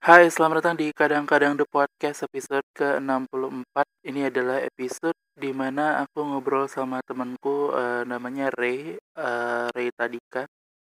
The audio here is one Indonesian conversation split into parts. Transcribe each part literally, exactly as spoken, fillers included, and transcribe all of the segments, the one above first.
Hai, selamat datang di Kadang-Kadang The Podcast episode ke enam puluh empat. Ini adalah episode di mana aku ngobrol sama temanku eh, namanya Ray, eh, Ray Tadika.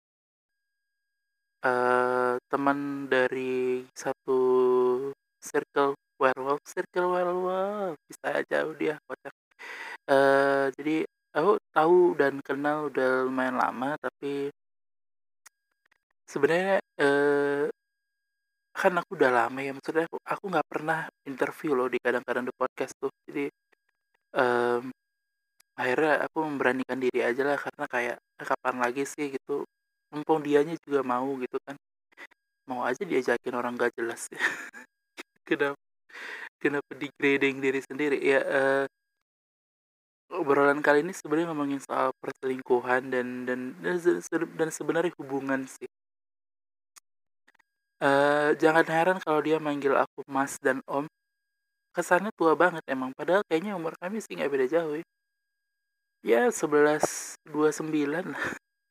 Eh, teman dari satu circle werewolf, circle werewolf. Bisa aja dia kocak. Eh, jadi aku tahu dan kenal udah lumayan lama, tapi sebenarnya eh, kan aku udah lama ya, maksudnya aku aku nggak pernah interview loh di Kadang-Kadang The Podcast tuh. Jadi em, akhirnya aku memberanikan diri aja lah, karena kayak "Eh, kapan lagi sih gitu, mumpung dianya juga mau gitu kan, mau aja diajakin orang gak jelas." kenapa kenapa degrading diri sendiri ya. eh, Obrolan kali ini sebenarnya ngomongin soal perselingkuhan dan dan dan, se- dan sebenarnya hubungan sih. Eh, jangan heran kalau dia manggil aku Mas dan Om. Kesannya tua banget emang, padahal kayaknya umur kami sih nggak beda jauh ya. Ya sebelas dua puluh sembilan lah.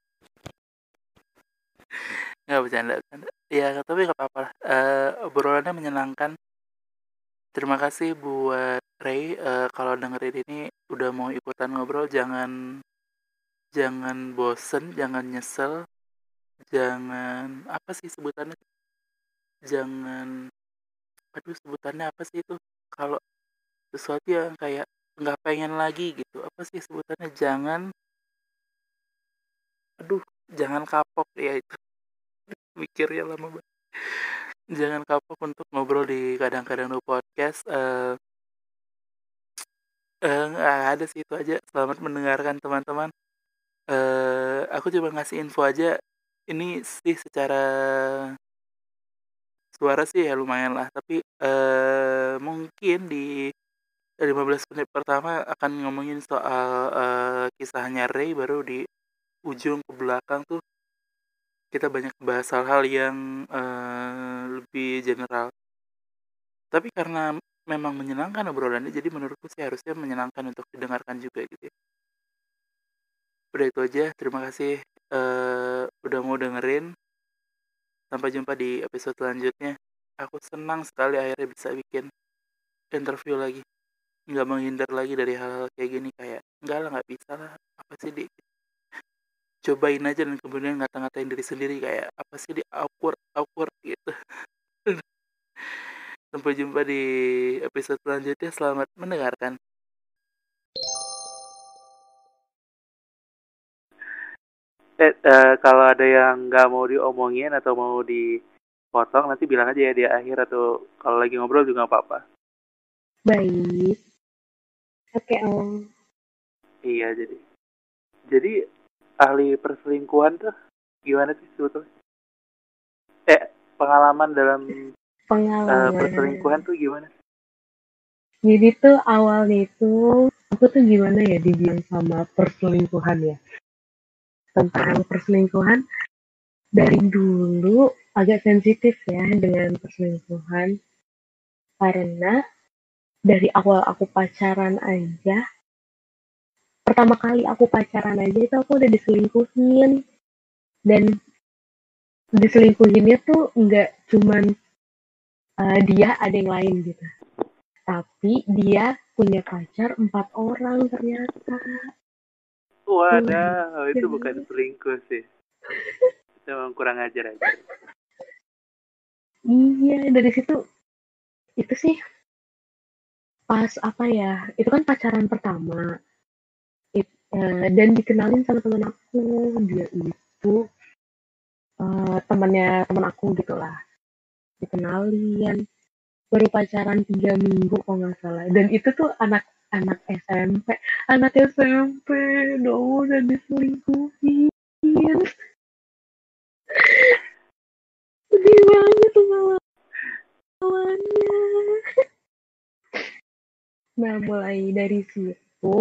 Nggak, bercanda bercanda. Ya tapi nggak apa-apa lah. Eh, obrolannya menyenangkan. Terima kasih buat Ray. Eh, kalau dengerin ini udah mau ikutan ngobrol, jangan jangan bosen, jangan nyesel, jangan apa sih sebutannya, jangan, aduh sebutannya apa sih itu, kalau sesuatu yang kayak nggak pengen lagi gitu, apa sih sebutannya, jangan, aduh, jangan kapok ya itu. Mikirnya lama banget. Jangan kapok untuk ngobrol di Kadang-Kadang No Podcast. eh eh, nggak ada sih, itu aja. Selamat mendengarkan teman-teman. eh aku coba ngasih info aja. Ini sih secara suara sih ya lumayan lah, tapi eh mungkin di lima belas menit pertama akan ngomongin soal eh, kisahnya Ray, baru di ujung ke belakang tuh kita banyak bahas hal-hal yang eh, lebih general. Tapi karena memang menyenangkan obrolannya, jadi menurutku sih harusnya menyenangkan untuk didengarkan juga gitu ya. Udah itu aja, terima kasih eh, udah mau dengerin. Sampai jumpa di episode selanjutnya. Aku senang sekali akhirnya bisa bikin interview lagi. Nggak menghindar lagi dari hal-hal kayak gini, kayak enggak lah, nggak bisa lah. Apa sih di cobain aja dan kemudian ngata-ngatain diri sendiri, kayak apa sih di awkward awkward gitu. Sampai jumpa di episode selanjutnya. Selamat mendengarkan. Eh, eh, kalau ada yang nggak mau diomongin atau mau dipotong, nanti bilang aja ya di akhir, atau kalau lagi ngobrol juga nggak apa-apa. Baik, oke Om. Iya, jadi jadi ahli perselingkuhan tuh gimana sih sebetulnya? Eh, pengalaman dalam eh, perselingkuhan Pengalaman. tuh gimana? Jadi tuh awalnya itu aku tuh gimana ya dibilang sama perselingkuhan ya. Tentang perselingkuhan dari dulu agak sensitif ya dengan perselingkuhan karena dari awal aku pacaran aja, pertama kali aku pacaran aja itu aku udah diselingkuhin dan diselingkuhinnya tuh nggak cuman uh, dia ada yang lain gitu. Tapi dia punya pacar empat orang ternyata. Oh my Wadah, itu bukan god. selingkuh sih. Itu emang kurang ajar aja. Iya, dari situ itu sih pas apa ya? Itu kan pacaran pertama. It- eh, dan dikenalin sama temen aku. Dia itu eh, temannya teman aku gitu lah. Dikenalin. Baru pacaran tiga minggu kalau nggak salah. Dan itu tuh anak anak S M P. Anak S M P dong udah diselingkuhin. Sedih banget tuh pengalamannya. Nah, mulai dari situ,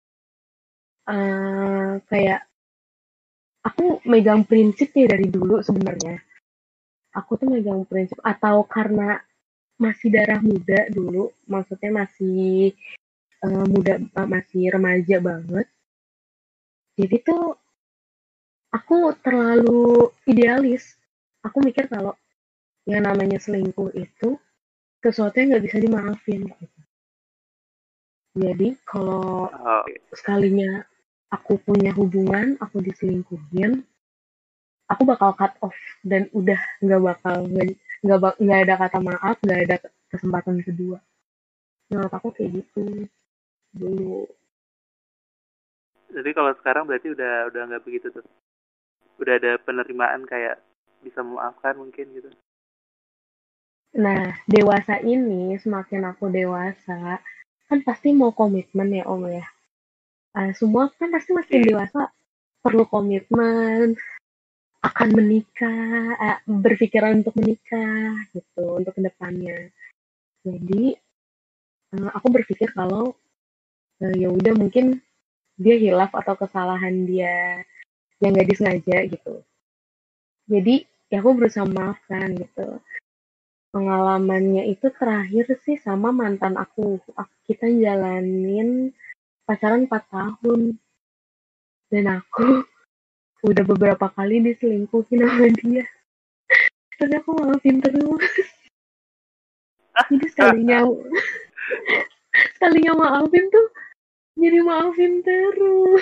eh kayak aku megang prinsip ya dari dulu sebenarnya. Aku tuh megang prinsip atau karena masih darah muda dulu, maksudnya masih eh, muda, eh, masih remaja banget. Jadi tuh aku terlalu idealis. Aku mikir kalau yang namanya selingkuh itu sesuatu yang nggak bisa dimaafin gitu. Jadi kalau Oh, sekalinya aku punya hubungan, aku diselingkuhin, aku bakal cut off dan udah nggak bakal nggak nggak bak- nggak ada kata maaf, nggak ada kesempatan kedua. Menurut aku kayak gitu dulu. jadi kalau sekarang berarti udah udah nggak begitu tuh. Udah ada penerimaan kayak bisa memaafkan mungkin gitu. Nah, dewasa ini semakin aku dewasa, kan pasti mau komitmen ya Om ya. Ah, semua kan pasti makin Iya. dewasa perlu komitmen, akan menikah, eh, berpikiran untuk menikah gitu untuk kedepannya. Jadi eh, aku berpikir kalau eh, ya udah mungkin dia hilaf atau kesalahan dia yang nggak disengaja gitu. Jadi ya aku berusaha memaafkan gitu. Pengalamannya itu terakhir sih sama mantan aku. Ak- Kita jalanin pacaran empat tahun dan aku udah beberapa kali diselingkuhin sama dia. Tapi aku maafin terus. Jadi sekalinya sekalinya maafin tuh jadi maafin terus.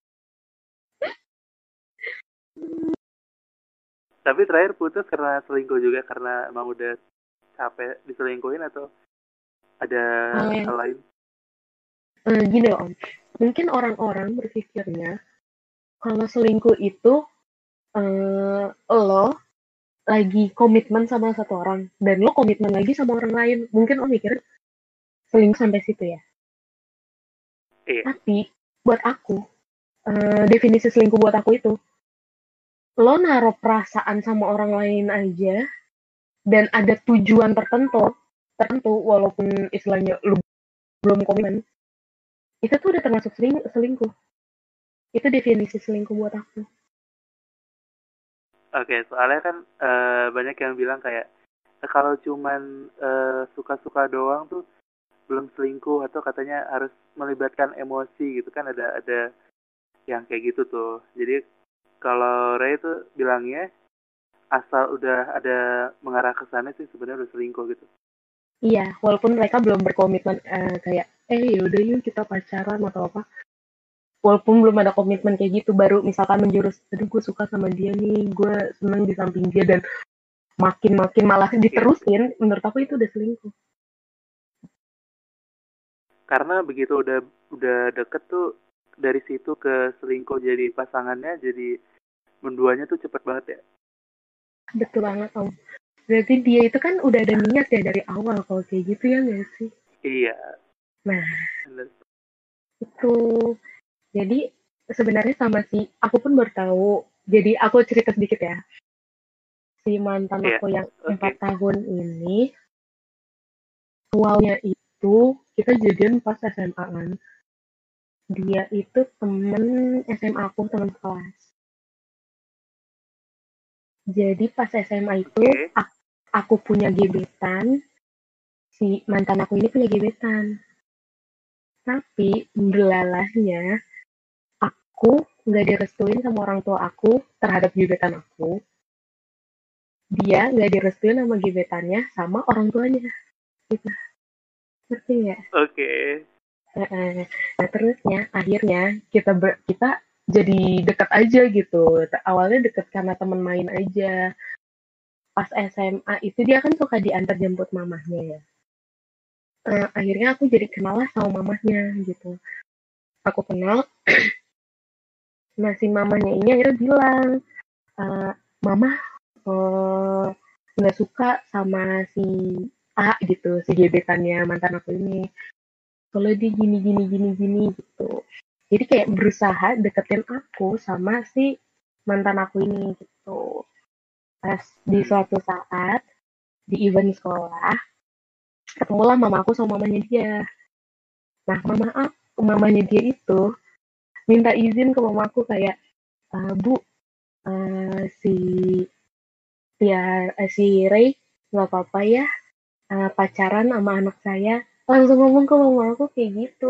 Tapi terakhir putus karena selingkuh juga karena emang udah capek diselingkuhin atau ada Eh, hal lain? eh, gini loh Om, mungkin orang-orang berpikirnya kalau selingkuh itu eh, lo lagi komitmen sama satu orang dan lo komitmen lagi sama orang lain. Mungkin Om mikir selingkuh sampai situ ya. Iya. Tapi buat aku, eh, definisi selingkuh buat aku itu lo naruh perasaan sama orang lain aja dan ada tujuan tertentu tertentu walaupun istilahnya lo belum komitmen itu tuh udah termasuk seling- selingkuh. Itu definisi selingkuh buat aku. Oke, soalnya kan eh, banyak yang bilang kayak "Eh, kalau cuman eh, suka-suka doang tuh belum selingkuh atau katanya harus melibatkan emosi gitu kan ada ada yang kayak gitu tuh. Jadi kalau Ray tuh bilangnya asal udah ada mengarah ke sana sih sebenarnya udah selingkuh gitu. Iya, walaupun mereka belum berkomitmen eh, kayak eh yaudah yuk kita pacaran atau apa. Walaupun belum ada komitmen kayak gitu, baru misalkan menjurus, aduh gue suka sama dia nih, gue seneng di samping dia dan makin-makin malah Iya. diterusin, menurut aku itu udah selingkuh. Karena begitu udah udah deket tuh dari situ ke selingkuh jadi pasangannya jadi menduanya tuh cepet banget ya. Betul banget Om. Berarti dia itu kan udah ada niat ya dari awal kalau kayak gitu ya nggak sih? Iya. Nah Bener. itu, jadi sebenarnya sama sih, aku pun baru tahu. Jadi aku cerita sedikit ya, si mantan Iya. aku yang Oke. empat tahun ini, awalnya itu kita jadian pas S M A kan. Dia itu temen S M A aku, teman kelas. Jadi pas S M A itu Oke. aku punya gebetan, si mantan aku ini punya gebetan. Tapi belalahnya aku nggak direstuin sama orang tua aku terhadap gebetan aku. Dia nggak direstuin sama gebetannya sama orang tuanya. Gitu. Ngerti nggak? Oke. Nah terusnya akhirnya kita ber, kita jadi deket aja gitu. Awalnya deket karena teman main aja. Pas S M A itu dia kan suka diantar jemput mamahnya ya. Eh, akhirnya aku jadi kenal lah sama mamahnya gitu. Aku kenal, nah si mamahnya ini akhirnya bilang, eh, mama eh, nggak suka sama si A gitu, si gebetannya mantan aku ini. Kalau dia gini gini gini gini gitu. Jadi kayak berusaha deketin aku sama si mantan aku ini gitu. Pas di Hmm. suatu saat di event sekolah, ketemulah mama aku sama mamanya dia. Nah, mama aku, mamanya dia itu minta izin ke mamaku kayak, "Eh, Bu, eh, si ya eh, si Ray nggak apa-apa ya eh, pacaran sama anak saya." Langsung ngomong ke mama aku kayak gitu.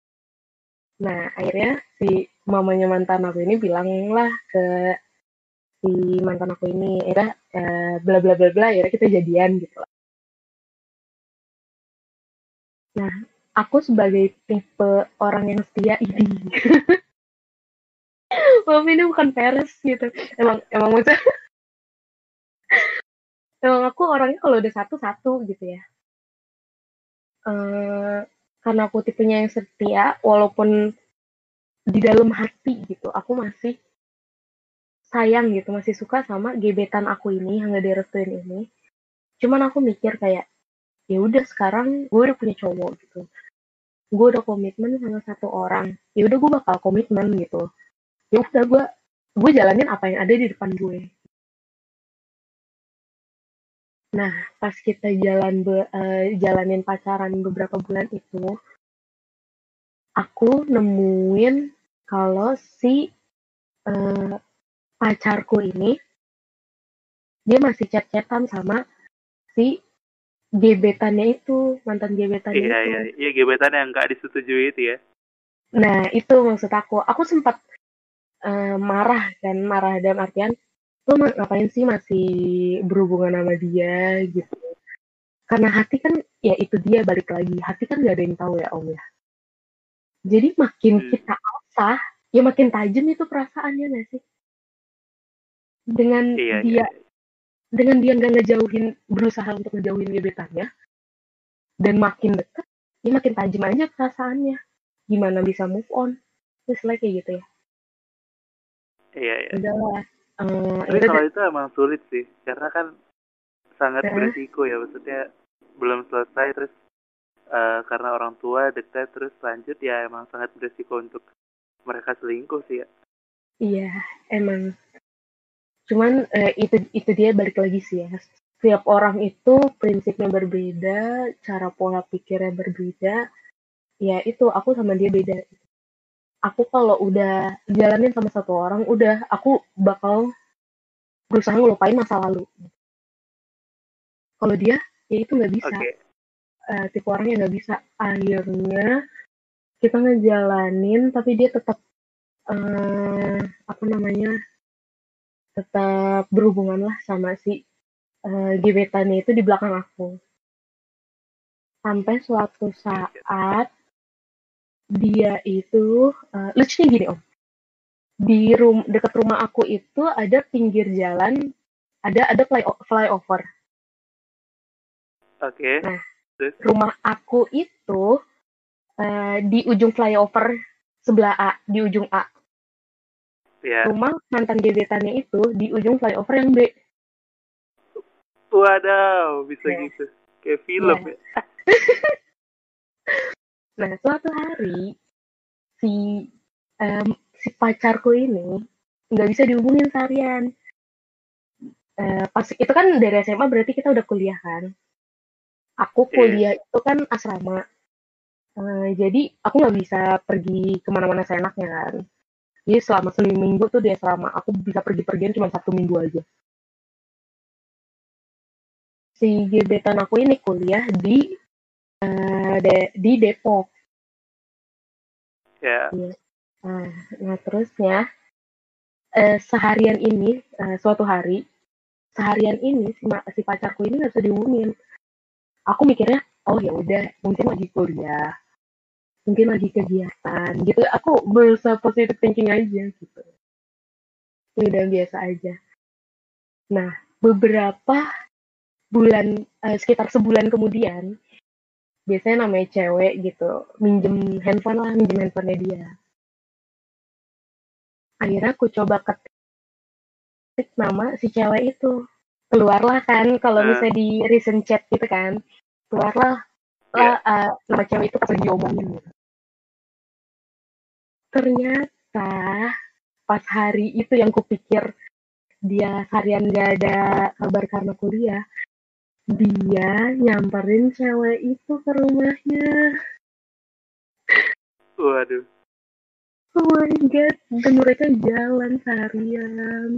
Nah, akhirnya si mamanya mantan aku ini bilang lah ke si mantan aku ini akhirnya eh, bla bla bla bla akhirnya kita jadian gitu. Nah, aku sebagai tipe orang yang setia ini, maaf ini bukan peres gitu. Emang emang maksudnya, emang aku orangnya kalau udah satu satu gitu ya. Eh, karena aku tipenya yang setia, walaupun di dalam hati gitu, aku masih sayang gitu, masih suka sama gebetan aku ini yang gak direstuin ini. Cuman aku mikir kayak, ya udah sekarang gue udah punya cowok gitu, gue udah komitmen sama satu orang, ya udah gue bakal komitmen gitu, ya udah gue gue jalanin apa yang ada di depan gue. Nah, pas kita jalan be, uh, jalanin pacaran beberapa bulan itu, aku nemuin kalau si uh, pacarku ini dia masih chat-chatan sama si gebetannya itu, mantan gebetannya Iya, itu. iya, iya, gebetan yang nggak disetujui itu ya. Nah, itu maksud aku. Aku sempat uh, marah kan, marah dalam artian, lo ngapain sih masih berhubungan sama dia gitu. Karena hati kan, ya itu dia balik lagi. Hati kan gak ada yang tahu ya Om ya. Jadi makin Hmm. kita asah, ya makin tajam itu perasaannya gak sih? Dengan Iya, iya, dia iya. dengan dia nggak ngejauhin, berusaha untuk ngejauhin gebetannya, dan makin dekat, ya makin tajam aja perasaannya. Gimana bisa move on? Terus like kayak gitu ya. Iya, iya. Udahlah. Uh, Tapi itu kalau itu emang sulit sih, karena kan sangat uh, beresiko ya, maksudnya belum selesai terus uh, karena orang tua dekat terus lanjut ya emang sangat beresiko untuk mereka selingkuh sih ya. iya, emang. Cuman uh, itu itu dia balik lagi sih ya. Setiap orang itu prinsipnya berbeda, cara pola pikirnya berbeda. Ya itu aku sama dia beda. Aku kalau udah jalanin sama satu orang, udah aku bakal berusaha ngelupain masa lalu. Kalau dia, ya itu nggak bisa. Oke. Uh, tipe orang yang nggak bisa. Akhirnya kita ngejalanin, tapi dia tetap uh, apa namanya, tetap berhubungan lah sama si uh, gebetannya itu di belakang aku. Sampai suatu saat dia itu uh, lucunya gini Om, di rum dekat rumah aku itu ada pinggir jalan, ada ada fly flyover. Oke. Nah, Terus rumah aku itu uh, di ujung flyover sebelah A, di ujung A. ya. Rumah mantan gebetannya itu di ujung flyover yang B. Wadaw, bisa Nah, gitu. Kayak ya. film ya. Nah, suatu hari si um, si pacarku ini nggak bisa dihubungin seharian. Uh, pas itu kan dari S M A berarti kita udah kuliah kan. Aku Iya. kuliah itu kan asrama. Uh, jadi aku nggak bisa pergi kemana-mana seenaknya kan. Jadi selama seminggu tuh di asrama aku bisa pergi-pergian cuma Sabtu Minggu aja. Si gebetan aku ini kuliah di uh, de- di Depok. Ya. Iya. Nah, nah terusnya uh, seharian ini, uh, suatu hari, seharian ini si, si pacarku ini nggak bisa dihubungin. Aku mikirnya, oh ya udah, mungkin lagi kuliah, mungkin lagi kegiatan, gitu. Aku berusaha positive thinking aja gitu. Ya udah biasa aja. Nah, beberapa bulan, uh, sekitar sebulan kemudian, biasanya namanya cewek gitu, minjem handphone lah, minjem handphonenya dia. Akhirnya aku coba ketik nama si cewek itu. Keluarlah kan, kalau Nah, misalnya di recent chat gitu kan, keluarlah lah ya. uh, nama cewek itu pas lagi diomongin gitu. Ternyata pas hari itu yang kupikir dia harian gak ada kabar karena kuliah, dia nyamperin cewek itu ke rumahnya. Waduh. Oh my god, dan mereka jalan seharian.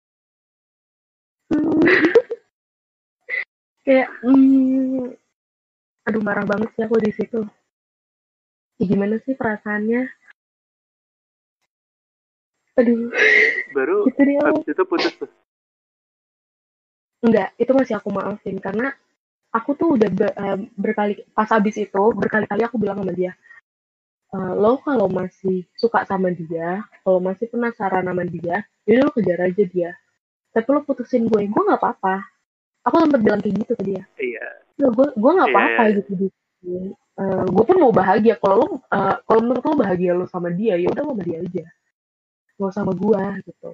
Hmm. Kayak, hmm, aduh marah banget sih aku di situ. Ya, gimana sih perasaannya? Aduh, Baru gitu deh. habis itu putus tuh. Enggak, itu masih aku maafin karena aku tuh udah ber, uh, berkali pas habis itu berkali-kali aku bilang sama dia, e, lo kalau masih suka sama dia, kalau masih penasaran sama dia, jadi lo kejar aja dia. Tapi lo putusin gue, gue nggak apa-apa. Aku sempat bilang kayak gitu ke dia. Iya. Ya, gue gue nggak Iya, apa-apa iya, iya. gitu gitu. Uh, gue pun mau bahagia. Kalau lo uh, kalau menurut lo bahagia lo sama dia, ya udah lo sama dia aja. Gak sama gue gitu.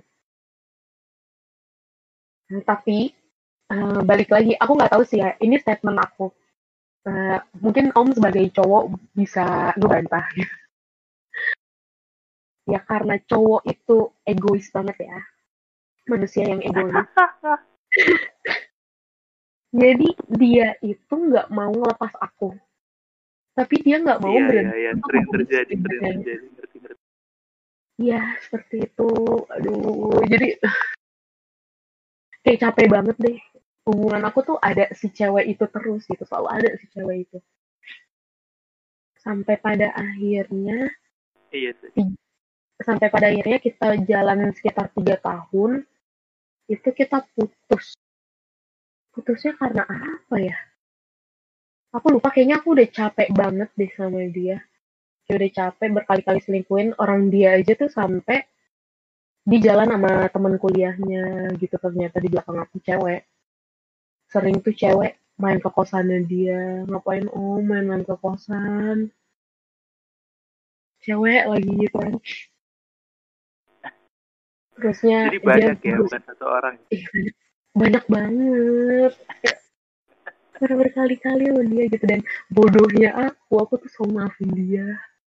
Nah, tapi uh, balik lagi, aku nggak tahu sih ya. Ini statement aku. Uh, mungkin Om sebagai cowok bisa ngebantah. Ya karena cowok itu egois banget ya. Manusia yang egois. Jadi dia itu nggak mau ngelepas aku. Tapi dia nggak mau Iya, iya, berhenti iya. untuk Sering ngomongin terjadi, sering sebenarnya. terjadi. Ngerti, ngerti. Iya, seperti itu. Aduh, jadi kayak capek banget deh. Hubungan aku tuh ada si cewek itu terus gitu. Selalu ada si cewek itu. Sampai pada akhirnya, Iya sih. sampai pada akhirnya kita jalan sekitar tiga tahun, itu kita putus. Putusnya karena apa ya? Aku lupa, kayaknya aku udah capek banget deh sama dia. Kayak udah capek berkali-kali selingkuhin orang dia aja tuh sampai di jalan sama teman kuliahnya gitu, ternyata di belakang aku cewek. Sering tuh cewek main ke kosannya dia. Ngapain om main-main ke kosan? Cewek lagi gitu kan. Terusnya Jadi dia banyak ya, terus, bukan satu orang. ih, banyak, banyak banget. Karena berkali-kali sama dia gitu. Dan bodohnya aku, aku tuh selalu maafin dia.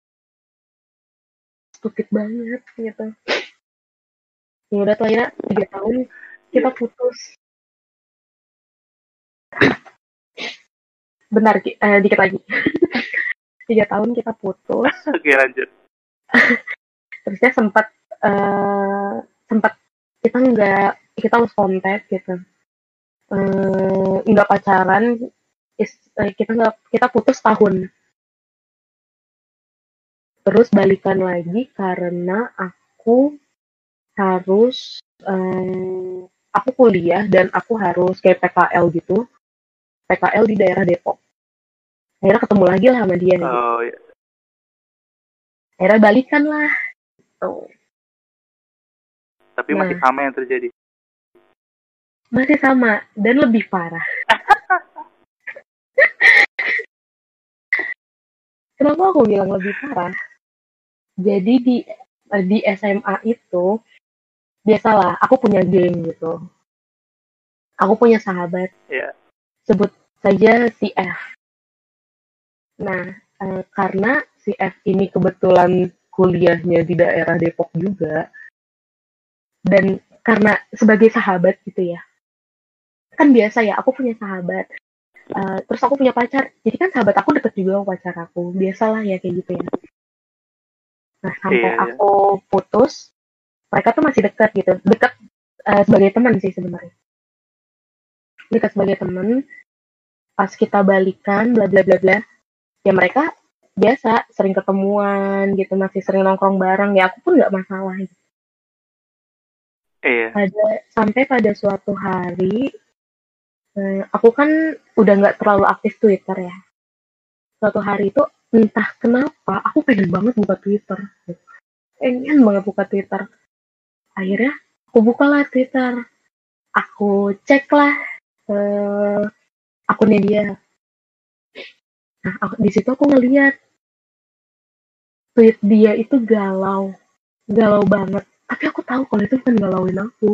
Stupid banget gitu. Ya udah tuh akhirnya tiga tahun kita Iya. putus. Bentar, eh, dikit lagi. Tiga tahun kita putus. Oke, lanjut. Terusnya sempat uh, sempat kita nggak kita lost kontak gitu, uh, nggak pacaran, is, uh, kita nggak kita putus tahun. Terus balikan lagi karena aku harus um, aku kuliah dan aku harus kayak P K L gitu, P K L di daerah Depok. Akhirnya ketemu lagi lah sama dia gitu. Oh iya. Akhirnya balikan lah tuh. Tapi Nah, masih sama yang terjadi. masih sama dan lebih parah. Kenapa aku bilang lebih parah? Jadi di di S M A itu biasalah aku punya geng gitu. Aku punya sahabat. Iya. Sebut saja si F. Nah, eh, karena si F ini kebetulan kuliahnya di daerah Depok juga, dan karena sebagai sahabat gitu ya, kan biasa ya aku punya sahabat, uh, terus aku punya pacar, jadi kan sahabat aku deket juga sama pacar aku, biasalah ya kayak gitu ya. Nah sampai Iya, iya. aku putus, mereka tuh masih dekat gitu, dekat uh, sebagai teman sih sebenarnya, dekat sebagai teman. Pas kita balikan, bla bla bla bla, ya mereka biasa sering ketemuan gitu, masih sering nongkrong bareng, ya aku pun nggak masalah gitu. Iya. Pada sampai pada suatu hari, eh, aku kan udah nggak terlalu aktif Twitter ya. Suatu hari itu entah kenapa aku pengen banget buka Twitter, pengen banget buka Twitter. Akhirnya aku bukalah Twitter, aku cek lah eh, akunnya dia. Nah aku, di situ aku ngeliat tweet dia itu galau, galau banget. Tapi aku tahu kalau itu bukan galauin aku.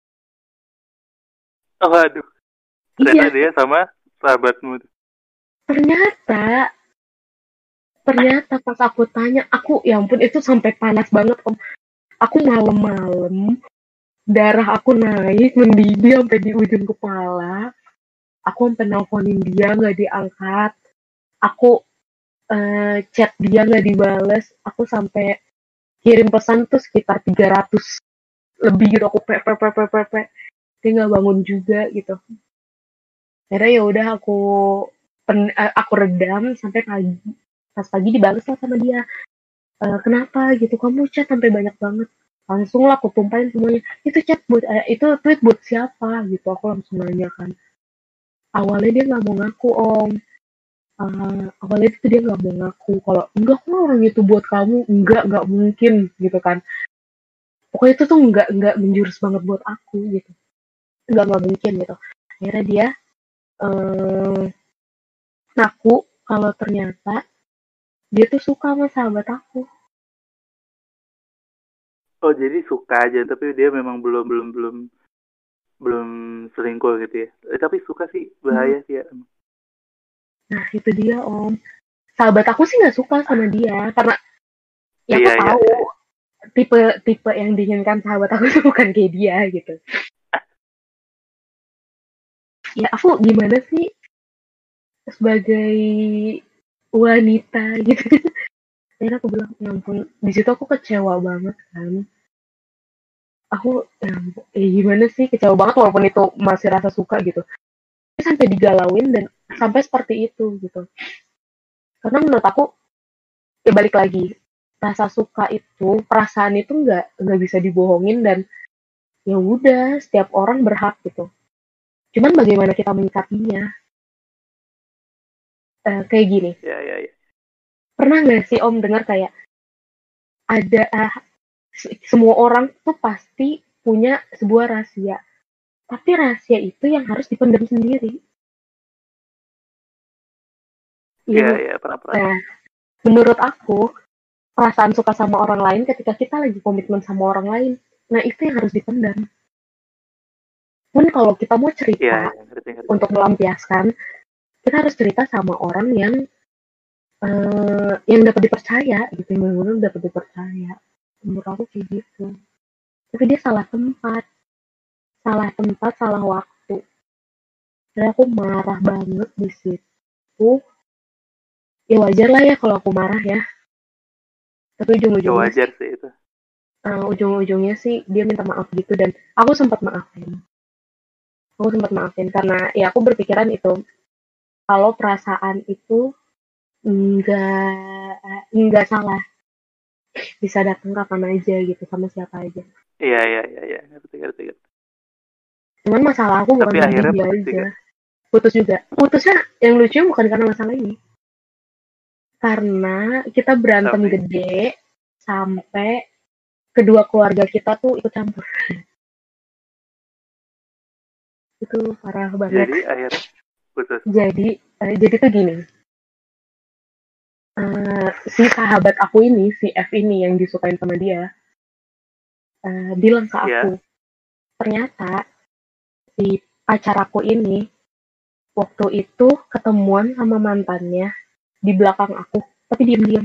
Oh aduh. Ternyata Iya, dia sama sahabatmu. ternyata ternyata pas aku tanya, aku ya ampun itu sampai panas banget om. Aku malam-malam darah aku naik mendidih sampai di ujung kepala. Aku sampai nelponin dia nggak diangkat. Aku uh, chat dia nggak dibales. Aku sampai kirim pesan tuh sekitar tiga ratus lebih gitu. Aku pe pe pe pe pe pe. Dia nggak bangun juga gitu. Akhirnya ya udah aku pen, uh, aku redam sampai pagi. Pas pagi dibales lah sama dia. Uh, kenapa gitu? Kamu chat sampai banyak banget. langsung lah aku tumpahin semuanya, itu chat buat eh, itu tweet buat siapa gitu, aku langsung nanya kan. Awalnya dia nggak mau ngaku om, uh, awalnya itu dia nggak mau ngaku kalau enggak kok orang itu buat kamu, enggak nggak mungkin gitu kan. Pokoknya itu tuh nggak nggak menjurus banget buat aku gitu, nggak nggak mungkin gitu. Akhirnya dia um, ngaku kalau ternyata dia tuh suka sama sahabat aku. Oh jadi suka aja, tapi dia memang belum belum belum belum selingkuh gitu ya. Eh, tapi suka sih Hmm. bahaya sih ya. Nah itu dia om, sahabat aku sih nggak suka sama dia karena ya aku Iya iya tahu iya. iya. tipe tipe yang diinginkan sahabat aku tuh bukan kayak dia gitu. Ya aku gimana sih sebagai wanita gitu. Akhirnya aku bilang ya ampun, di situ aku kecewa banget kan. Aku ya ampun, eh gimana sih, kecewa banget walaupun itu masih rasa suka gitu. Tapi sampai digalauin dan sampai seperti itu gitu. Karena menurut aku ya balik lagi, rasa suka itu, perasaan itu nggak nggak bisa dibohongin dan ya udah setiap orang berhak gitu. Cuman bagaimana kita menyikapinya. Eh, kayak gini, Iya iya iya. pernah nggak sih om dengar kayak ada ah, semua orang tuh pasti punya sebuah rahasia, tapi rahasia itu yang harus dipendam sendiri. Iya Yang, iya pernah pernah. nah, menurut aku perasaan suka sama orang lain ketika kita lagi komitmen sama orang lain, nah itu yang harus dipendam. Pun kalau kita mau Iya cerita iya ngerti ngerti. untuk melampiaskan, kita harus cerita sama orang yang uh, yang dapat dipercaya gitu, yang benar-benar dapat dipercaya. Menurut aku kayak gitu. Tapi dia salah tempat, salah tempat, salah waktu. Jadi aku marah banget di situ. Ya wajar lah ya kalau aku marah ya. Tapi Ya ujung-ujungnya sih, wajar sih itu. uh, ujung-ujungnya sih dia minta maaf gitu dan aku sempat maafin. Aku sempat maafin karena ya aku berpikiran itu kalau perasaan itu enggak enggak salah, bisa datang kapan aja gitu sama siapa aja. Iya iya iya iya ngerti ngerti ngerti. Cuman masalah aku bukan Tapi sama akhirnya dia putus aja. juga. Putus juga. Putusnya yang lucu bukan karena masalah ini. Karena kita berantem Tapi gede sampai kedua keluarga kita tuh ikut campur. Itu parah banget. jadi akhirnya putus. Jadi eh, jadi tuh gini. eh, si sahabat aku ini, si F ini yang disukain sama dia, eh, bilang ke aku, Iya. ternyata si pacar aku ini waktu itu ketemuan sama mantannya di belakang aku, tapi diem-diem.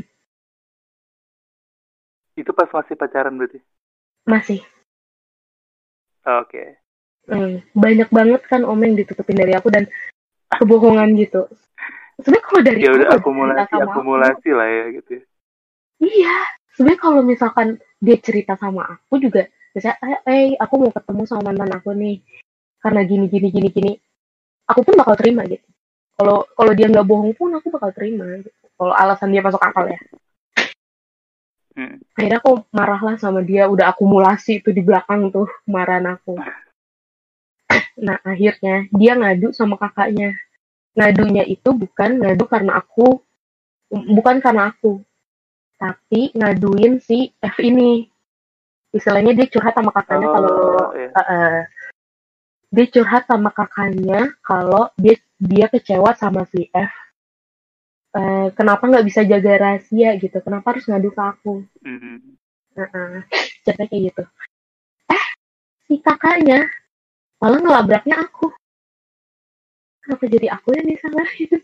Itu pas masih pacaran berarti. Masih. Oke. Okay. Hmm, banyak banget kan om yang ditutupin dari aku dan kebohongan gitu. Sebenarnya kalau dari Ya udah awal dia cerita akumulasi sama aku, akumulasi lah ya gitu ya. iya. Sebenarnya kalau misalkan dia cerita sama aku juga, misalnya, eh, eh aku mau ketemu sama mantan aku nih, karena gini gini gini gini, aku pun bakal terima gitu. Kalau kalau dia nggak bohong pun aku bakal terima gitu. Kalau alasan dia masuk akal ya. Hmm. Akhirnya aku marah lah sama dia, udah akumulasi itu di belakang tuh kemarahan aku. Nah akhirnya dia ngadu sama kakaknya. Ngadunya itu bukan ngadu karena aku, bukan karena aku, tapi ngaduin si F ini. Istilahnya dia curhat sama kakaknya kalau Oh iya. uh, uh, dia curhat sama kakaknya kalau dia dia kecewa sama si F. Uh, kenapa nggak bisa jaga rahasia gitu? Kenapa harus ngadu ke aku? Hmm. Uh-uh. Ceritanya kayak gitu. Eh, si kakaknya malah ngelabraknya aku. Kenapa jadi aku yang disalahin?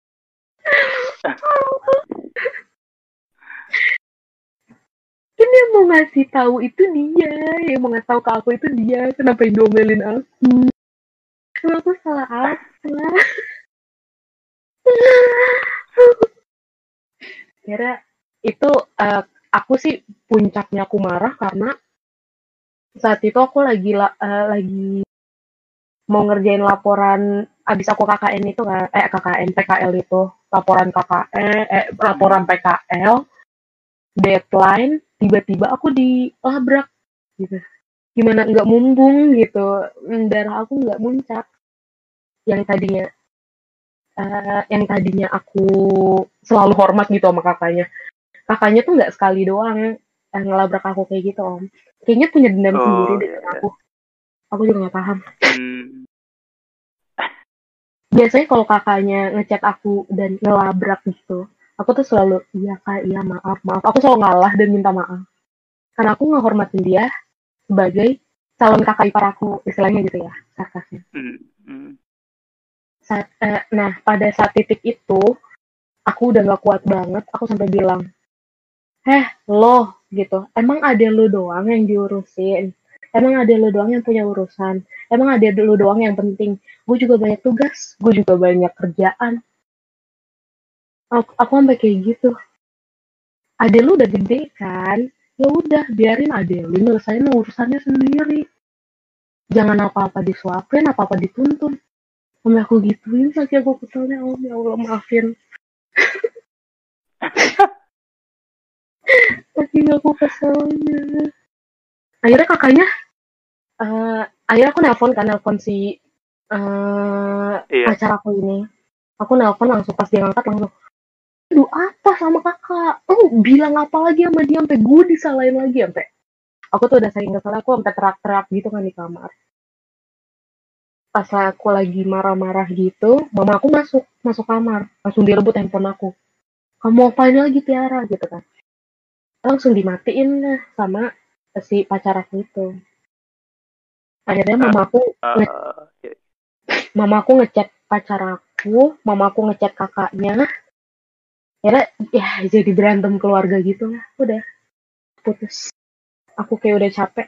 Kan yang mau ngasih tahu itu dia, yang mau ngasih tahu ke aku itu dia. Kenapa yang diomelin aku? Kenapa aku salah apa? Kira itu uh, aku sih puncaknya aku marah karena saat itu aku lagi uh, lagi mau ngerjain laporan abis aku K K N itu kan, eh K K N P K L itu, laporan K K N eh laporan Hmm. P K L, deadline, tiba-tiba aku dilabrak gitu. Gimana nggak mumbung gitu, darah aku nggak muncak. Yang tadinya uh, yang tadinya aku selalu hormat gitu sama kakaknya. Kakaknya tuh nggak sekali doang uh, ngelabrak aku kayak gitu om. Kayaknya punya dendam sendiri Oh deh ya sama ya. aku. Aku juga nggak paham. Hmm. Biasanya kalau kakaknya ngechat aku dan ngelabrak gitu, aku tuh selalu iya kak, iya maaf, maaf. Aku selalu ngalah dan minta maaf. Karena aku ngehormatin dia sebagai calon kakak ipar aku, istilahnya gitu ya, sarkasnya. Hmm. Hmm. Saat, eh, nah, pada saat titik itu, aku udah gak kuat banget, aku sampai bilang, heh, lo, gitu, emang ada lo doang yang diurusin? Emang ada lo doang yang punya urusan? Emang ada lo doang yang penting? Gue juga banyak tugas, gue juga banyak kerjaan. Aku, aku sampai kayak gitu. Ade lu udah gede kan? Ya udah, biarin ade lu nyelesain urusannya sendiri. Jangan apa-apa disuapin, apa-apa dituntun. Sampai aku gituin saja aku keselnya, oh ya Allah maafin. Saking aku keselnya. Akhirnya kakaknya, uh, akhirnya aku nelpon kan, nelpon si uh, Iya. pacar aku ini. Aku nelpon langsung, pas dia ngangkat langsung, aduh apa sama kakak? Oh bilang apa lagi sama dia, sampai gue disalahin lagi, sampai aku tuh udah saking kesel, aku sampai teriak-teriak gitu kan di kamar. Pas aku lagi marah-marah gitu, mama aku masuk masuk kamar, langsung direbut handphone aku. Kamu apain lagi Tiara gitu kan? Langsung dimatiin lah sama si pacar aku itu. Akhirnya Uh, mama aku nge uh, ya. mama aku ngechat pacar aku, mama aku ngechat kakaknya. Akhirnya ya jadi berantem keluarga gitu lah. Udah putus. Aku kayak udah capek.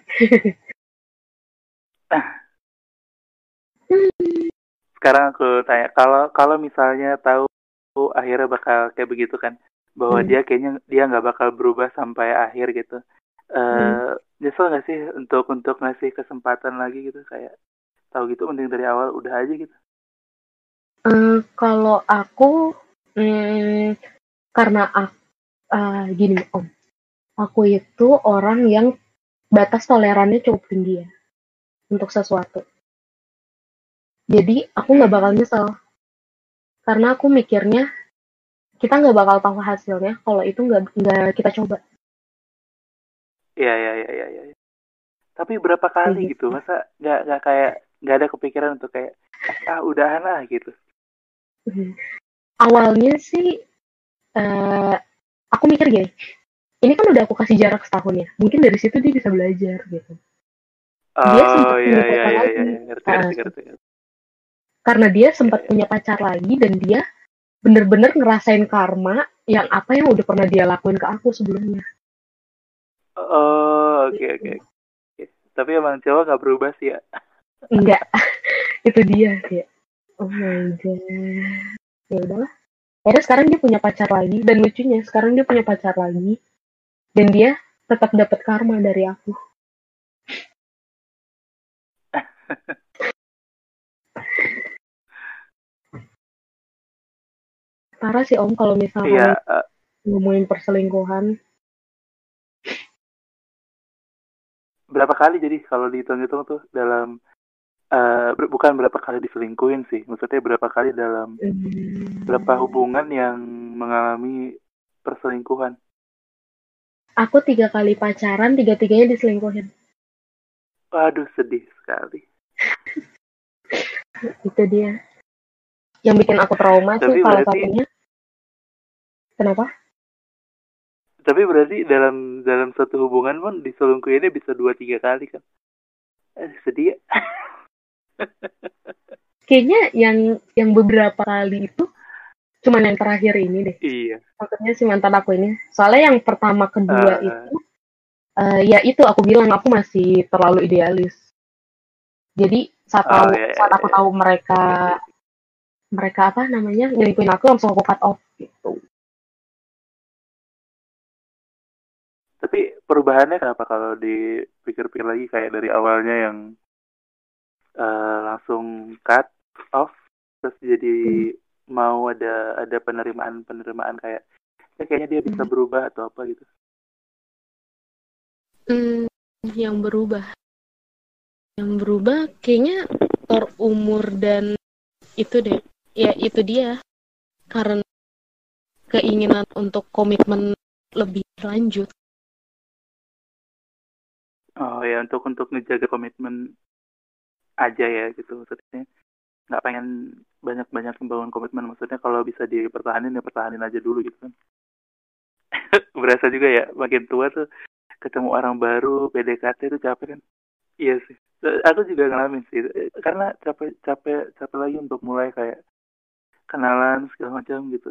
Sekarang aku tanya, kalau kalau misalnya tahu akhirnya bakal kayak begitu kan, bahwa Hmm. dia kayaknya dia nggak bakal berubah sampai akhir gitu. Hmm. Eh, nyesel nggak sih untuk untuk ngasih kesempatan lagi gitu, kayak tahu gitu mending dari awal udah aja gitu. Uh, kalau aku, hmm, karena aku, uh, gini om, aku itu orang yang batas tolerannya cukup tinggi ya untuk sesuatu. Jadi aku nggak bakal Hmm. nyesel karena aku mikirnya kita nggak bakal tahu hasilnya kalau itu nggak nggak kita coba. Iya iya iya iya. Ya. Tapi berapa kali Kayak gitu, gitu. masa nggak nggak kayak nggak ada kepikiran untuk kayak ah udahan lah gitu. Hmm. Awalnya sih uh, aku mikir gini, ini kan udah aku kasih jarak setahun ya, mungkin dari situ dia bisa belajar gitu. Dia Oh sempat iya punya iya pacar iya iya lagi, ya. Ngerti uh, ngerti ngerti ngerti. karena dia Iya sempat iya. punya pacar lagi dan dia bener-bener ngerasain karma yang apa yang udah pernah dia lakuin ke aku sebelumnya. Oh oke oke Gitu. oke. Tapi emang cowok nggak berubah sih ya. Enggak, itu dia kayak, oh my god. Ya udahlah. Akhirnya sekarang dia punya pacar lagi dan lucunya sekarang dia punya pacar lagi dan dia tetap dapat karma dari aku. Parah sih om kalau Iya, misalnya uh, ngomongin perselingkuhan. berapa kali jadi kalau dihitung-hitung tuh dalam uh, ber- bukan berapa kali diselingkuhin sih, maksudnya berapa kali dalam berapa Hmm, hubungan yang mengalami perselingkuhan. aku tiga kali pacaran, tiga-tiganya diselingkuhin. Waduh sedih sekali. Itu dia. Yang bikin aku trauma sih Tapi salah berarti satunya. Kenapa? tapi berarti dalam dalam satu hubungan pun diselingkuhinnya bisa dua tiga kali kan? Eh, sedih ya. Kayaknya yang yang beberapa kali itu cuman yang terakhir ini deh. Iya. Maksudnya si mantan aku ini. Soalnya yang pertama kedua Uh, itu, uh, ya itu aku bilang aku masih terlalu idealis. Jadi saat oh tahu ya ya saat ya. aku Ya. tahu mereka Ngerti. mereka apa namanya nyelingkuhin aku langsung aku cut off gitu. Tapi perubahannya kenapa kalau dipikir-pikir lagi kayak dari awalnya yang uh, langsung cut off terus jadi Hmm. mau ada ada penerimaan penerimaan kayak ya kayaknya dia bisa berubah atau apa gitu. Hmm. yang berubah. Yang berubah kayaknya faktor umur dan itu deh. Ya itu dia. Karena keinginan untuk komitmen lebih lanjut. Oh ya, untuk untuk ngejaga komitmen aja ya gitu maksudnya. Nggak pengen banyak-banyak membangun komitmen, maksudnya kalau bisa dipertahanin ya pertahanin aja dulu gitu kan. Berasa juga ya makin tua tuh ketemu orang baru P D K T tuh capek kan. Iya sih. Aku juga ngalamin sih karena capek capek capek lagi untuk mulai kayak kenalan segala macam gitu.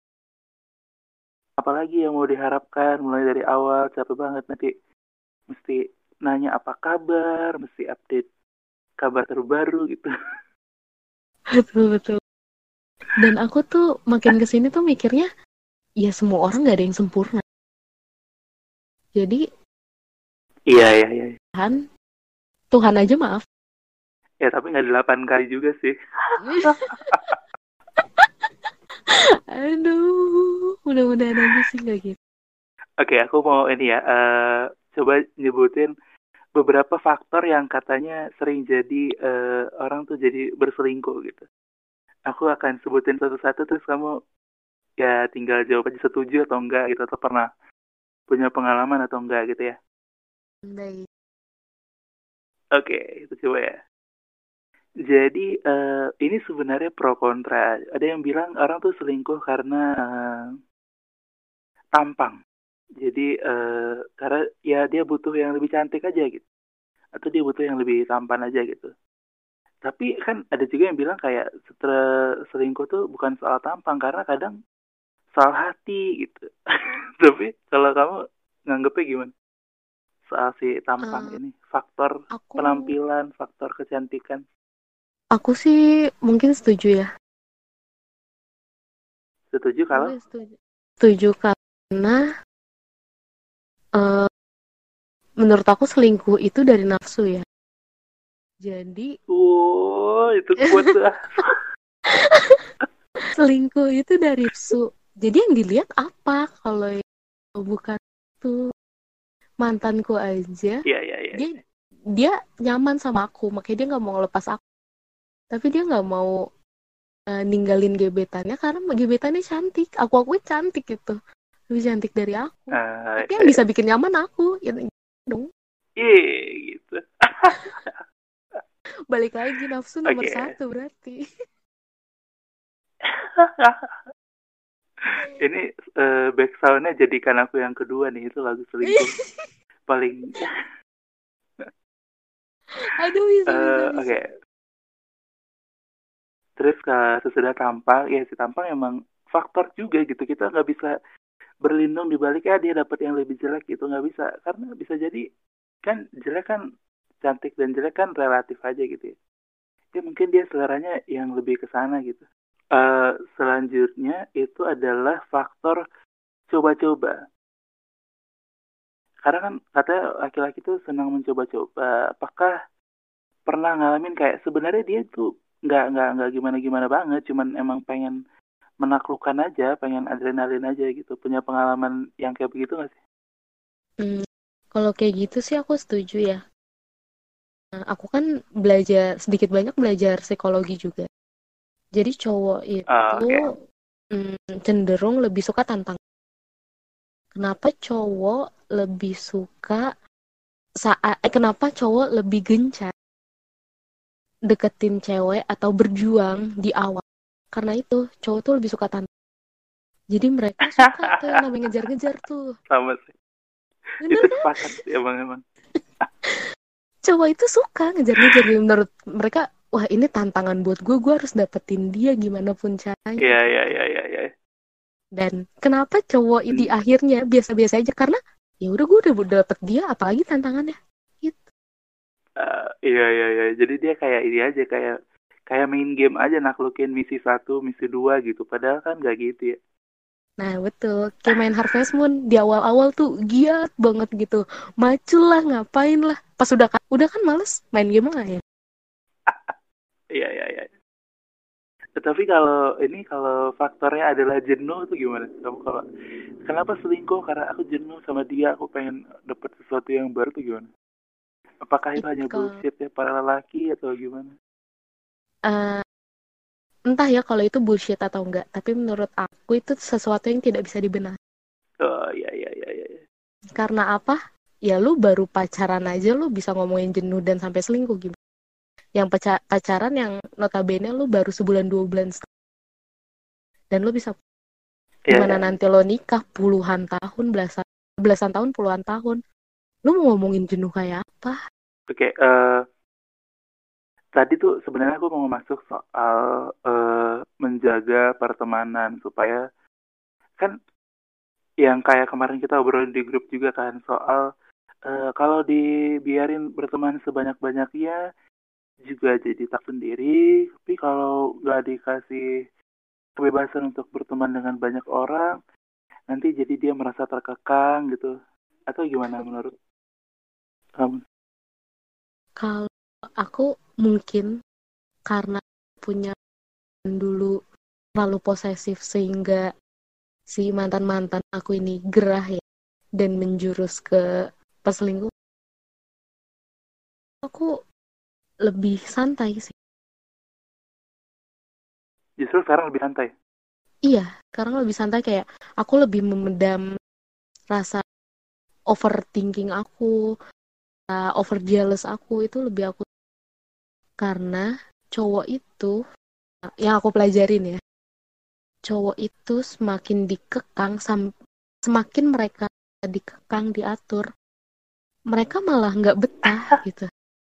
Apalagi yang mau diharapkan mulai dari awal, capek banget nanti mesti nanya apa kabar, mesti update kabar terbaru gitu. Betul, betul. Dan aku tuh makin kesini tuh mikirnya, ya semua orang gak ada yang sempurna. Jadi, Iya, iya, iya. Tuhan, Tuhan aja maaf. Ya tapi nggak delapan kali juga sih. Aduh, mudah-mudahan aja sih gak gitu. Oke, aku mau ini ya, uh, coba nyebutin beberapa faktor yang katanya sering jadi uh, orang tuh jadi berselingkuh gitu. Aku akan sebutin satu-satu terus kamu ya tinggal jawab aja setuju atau enggak gitu, atau pernah punya pengalaman atau enggak gitu ya. Baik. Oke, itu coba ya. Jadi uh, ini sebenarnya pro kontra. Ada yang bilang orang tuh selingkuh karena uh, tampang. Jadi uh, karena ya dia butuh yang lebih cantik aja gitu. Atau dia butuh yang lebih tampan aja gitu. Tapi kan ada juga yang bilang kayak setelah selingkuh tuh bukan soal tampang karena kadang soal hati gitu. Tapi kalau kamu nganggepnya gimana? Soal si tampang Uh, ini, faktor aku, penampilan, faktor kecantikan. aku sih mungkin setuju ya. Setuju Aku kalau? setuju. Setuju karena uh, menurut aku selingkuh itu dari nafsu ya. Jadi, Wow, itu kuat tuh. selingkuh itu dari nafsu. Jadi yang dilihat apa kalau bukan itu mantanku aja, Iya, iya, iya. dia dia nyaman sama aku, makanya dia nggak mau ngelepas aku. Tapi dia nggak mau uh, ninggalin gebetannya karena gebetannya cantik. Aku akuin cantik gitu, lebih cantik dari aku. Uh, Tapi yang bisa bikin nyaman aku, ya dong. iya, gitu. Balik lagi nafsu nomor Oke. satu berarti. Ini uh, back sound-nya jadikan aku yang kedua nih, itu lagu selingkuh paling. Aduh, bisa bisa uh, Oke. bisa. Okay. Terus kalau sesudah tampang, ya si tampang emang faktor juga gitu. Kita nggak bisa berlindung di balik ya dia dapat yang lebih jelek gitu, nggak bisa. Karena bisa jadi kan jelek kan, cantik dan jelek kan relatif aja gitu ya. Ya mungkin dia seleranya yang lebih ke sana gitu. Uh, selanjutnya itu adalah faktor coba-coba. Karena kan katanya laki-laki tuh senang mencoba-coba. Apakah pernah ngalamin kayak sebenarnya dia tuh nggak nggak nggak gimana-gimana banget, cuman emang pengen menaklukkan aja, pengen adrenalin aja gitu. Punya pengalaman yang kayak begitu nggak sih? Hmm, kalau kayak gitu sih aku setuju ya. Nah, aku kan belajar sedikit banyak belajar psikologi juga. Jadi cowok Oh, itu oke. Okay. mm, cenderung lebih suka tantang. Kenapa cowok lebih suka saat eh, kenapa cowok lebih gencar deketin cewek atau berjuang di awal? Karena itu cowok tuh lebih suka tantang. Jadi mereka suka tuh yang namanya ngejar-ngejar tuh. Sama sih. Bener Itu kan? sepakat sih emang emang. Cowok itu suka ngejar-ngejar. Menurut mereka, wah ini tantangan buat gue, gue harus dapetin dia gimana pun caranya. Iya iya iya iya iya. Dan kenapa cowok di Hmm. akhirnya biasa-biasa aja? Karena ya udah gue udah dapet dia, apalagi tantangannya. Gitu. Uh, iya iya iya. Jadi dia kayak ini aja, kayak kayak main game aja naklukin misi satu, misi dua gitu. Padahal kan nggak gitu ya. Nah betul, kayak main Harvest Moon di awal-awal tuh giat banget gitu. Maju lah, ngapain lah. Pas udah kan, udah kan males main game lah ya. Iya iya iya. Tetapi kalau ini kalau faktornya adalah jenuh tuh gimana? Kamu kalau kenapa selingkuh? Karena aku jenuh sama dia, aku pengen dapet sesuatu yang baru tuh gimana? Apakah itu It, hanya kalau bullshit ya para lelaki atau gimana? eh, entah ya kalau itu bullshit atau enggak, tapi menurut aku itu sesuatu yang tidak bisa dibenahi. Oh iya iya iya iya. Iya. Karena apa? Ya lu baru pacaran aja lu bisa ngomongin jenuh dan sampai selingkuh gitu. Yang paca- pacaran yang notabene lu baru sebulan dua bulan setengah, dan lu bisa Iya gimana iya. nanti lo nikah puluhan tahun, belasan belasan tahun, puluhan tahun. Lu mau ngomongin jenuh kayak apa? Oke, eh tadi tuh sebenarnya aku mau masuk soal eh, menjaga pertemanan supaya kan yang kayak kemarin kita obrolin di grup juga kan soal eh, kalau dibiarin berteman sebanyak-banyaknya juga jadi tak sendiri, tapi kalau nggak dikasih kebebasan untuk berteman dengan banyak orang, nanti jadi dia merasa terkekang gitu. Atau gimana menurut kamu? Kalau aku mungkin karena punya dulu terlalu posesif sehingga si mantan-mantan aku ini gerah ya dan menjurus ke perselingkuhan, aku lebih santai sih. Justru sekarang lebih santai. Iya, sekarang lebih santai kayak aku lebih memendam rasa overthinking aku, uh, over jealous aku itu lebih aku karena cowok itu yang aku pelajarin ya, cowok itu semakin dikekang sam- semakin mereka dikekang diatur, mereka malah nggak betah gitu.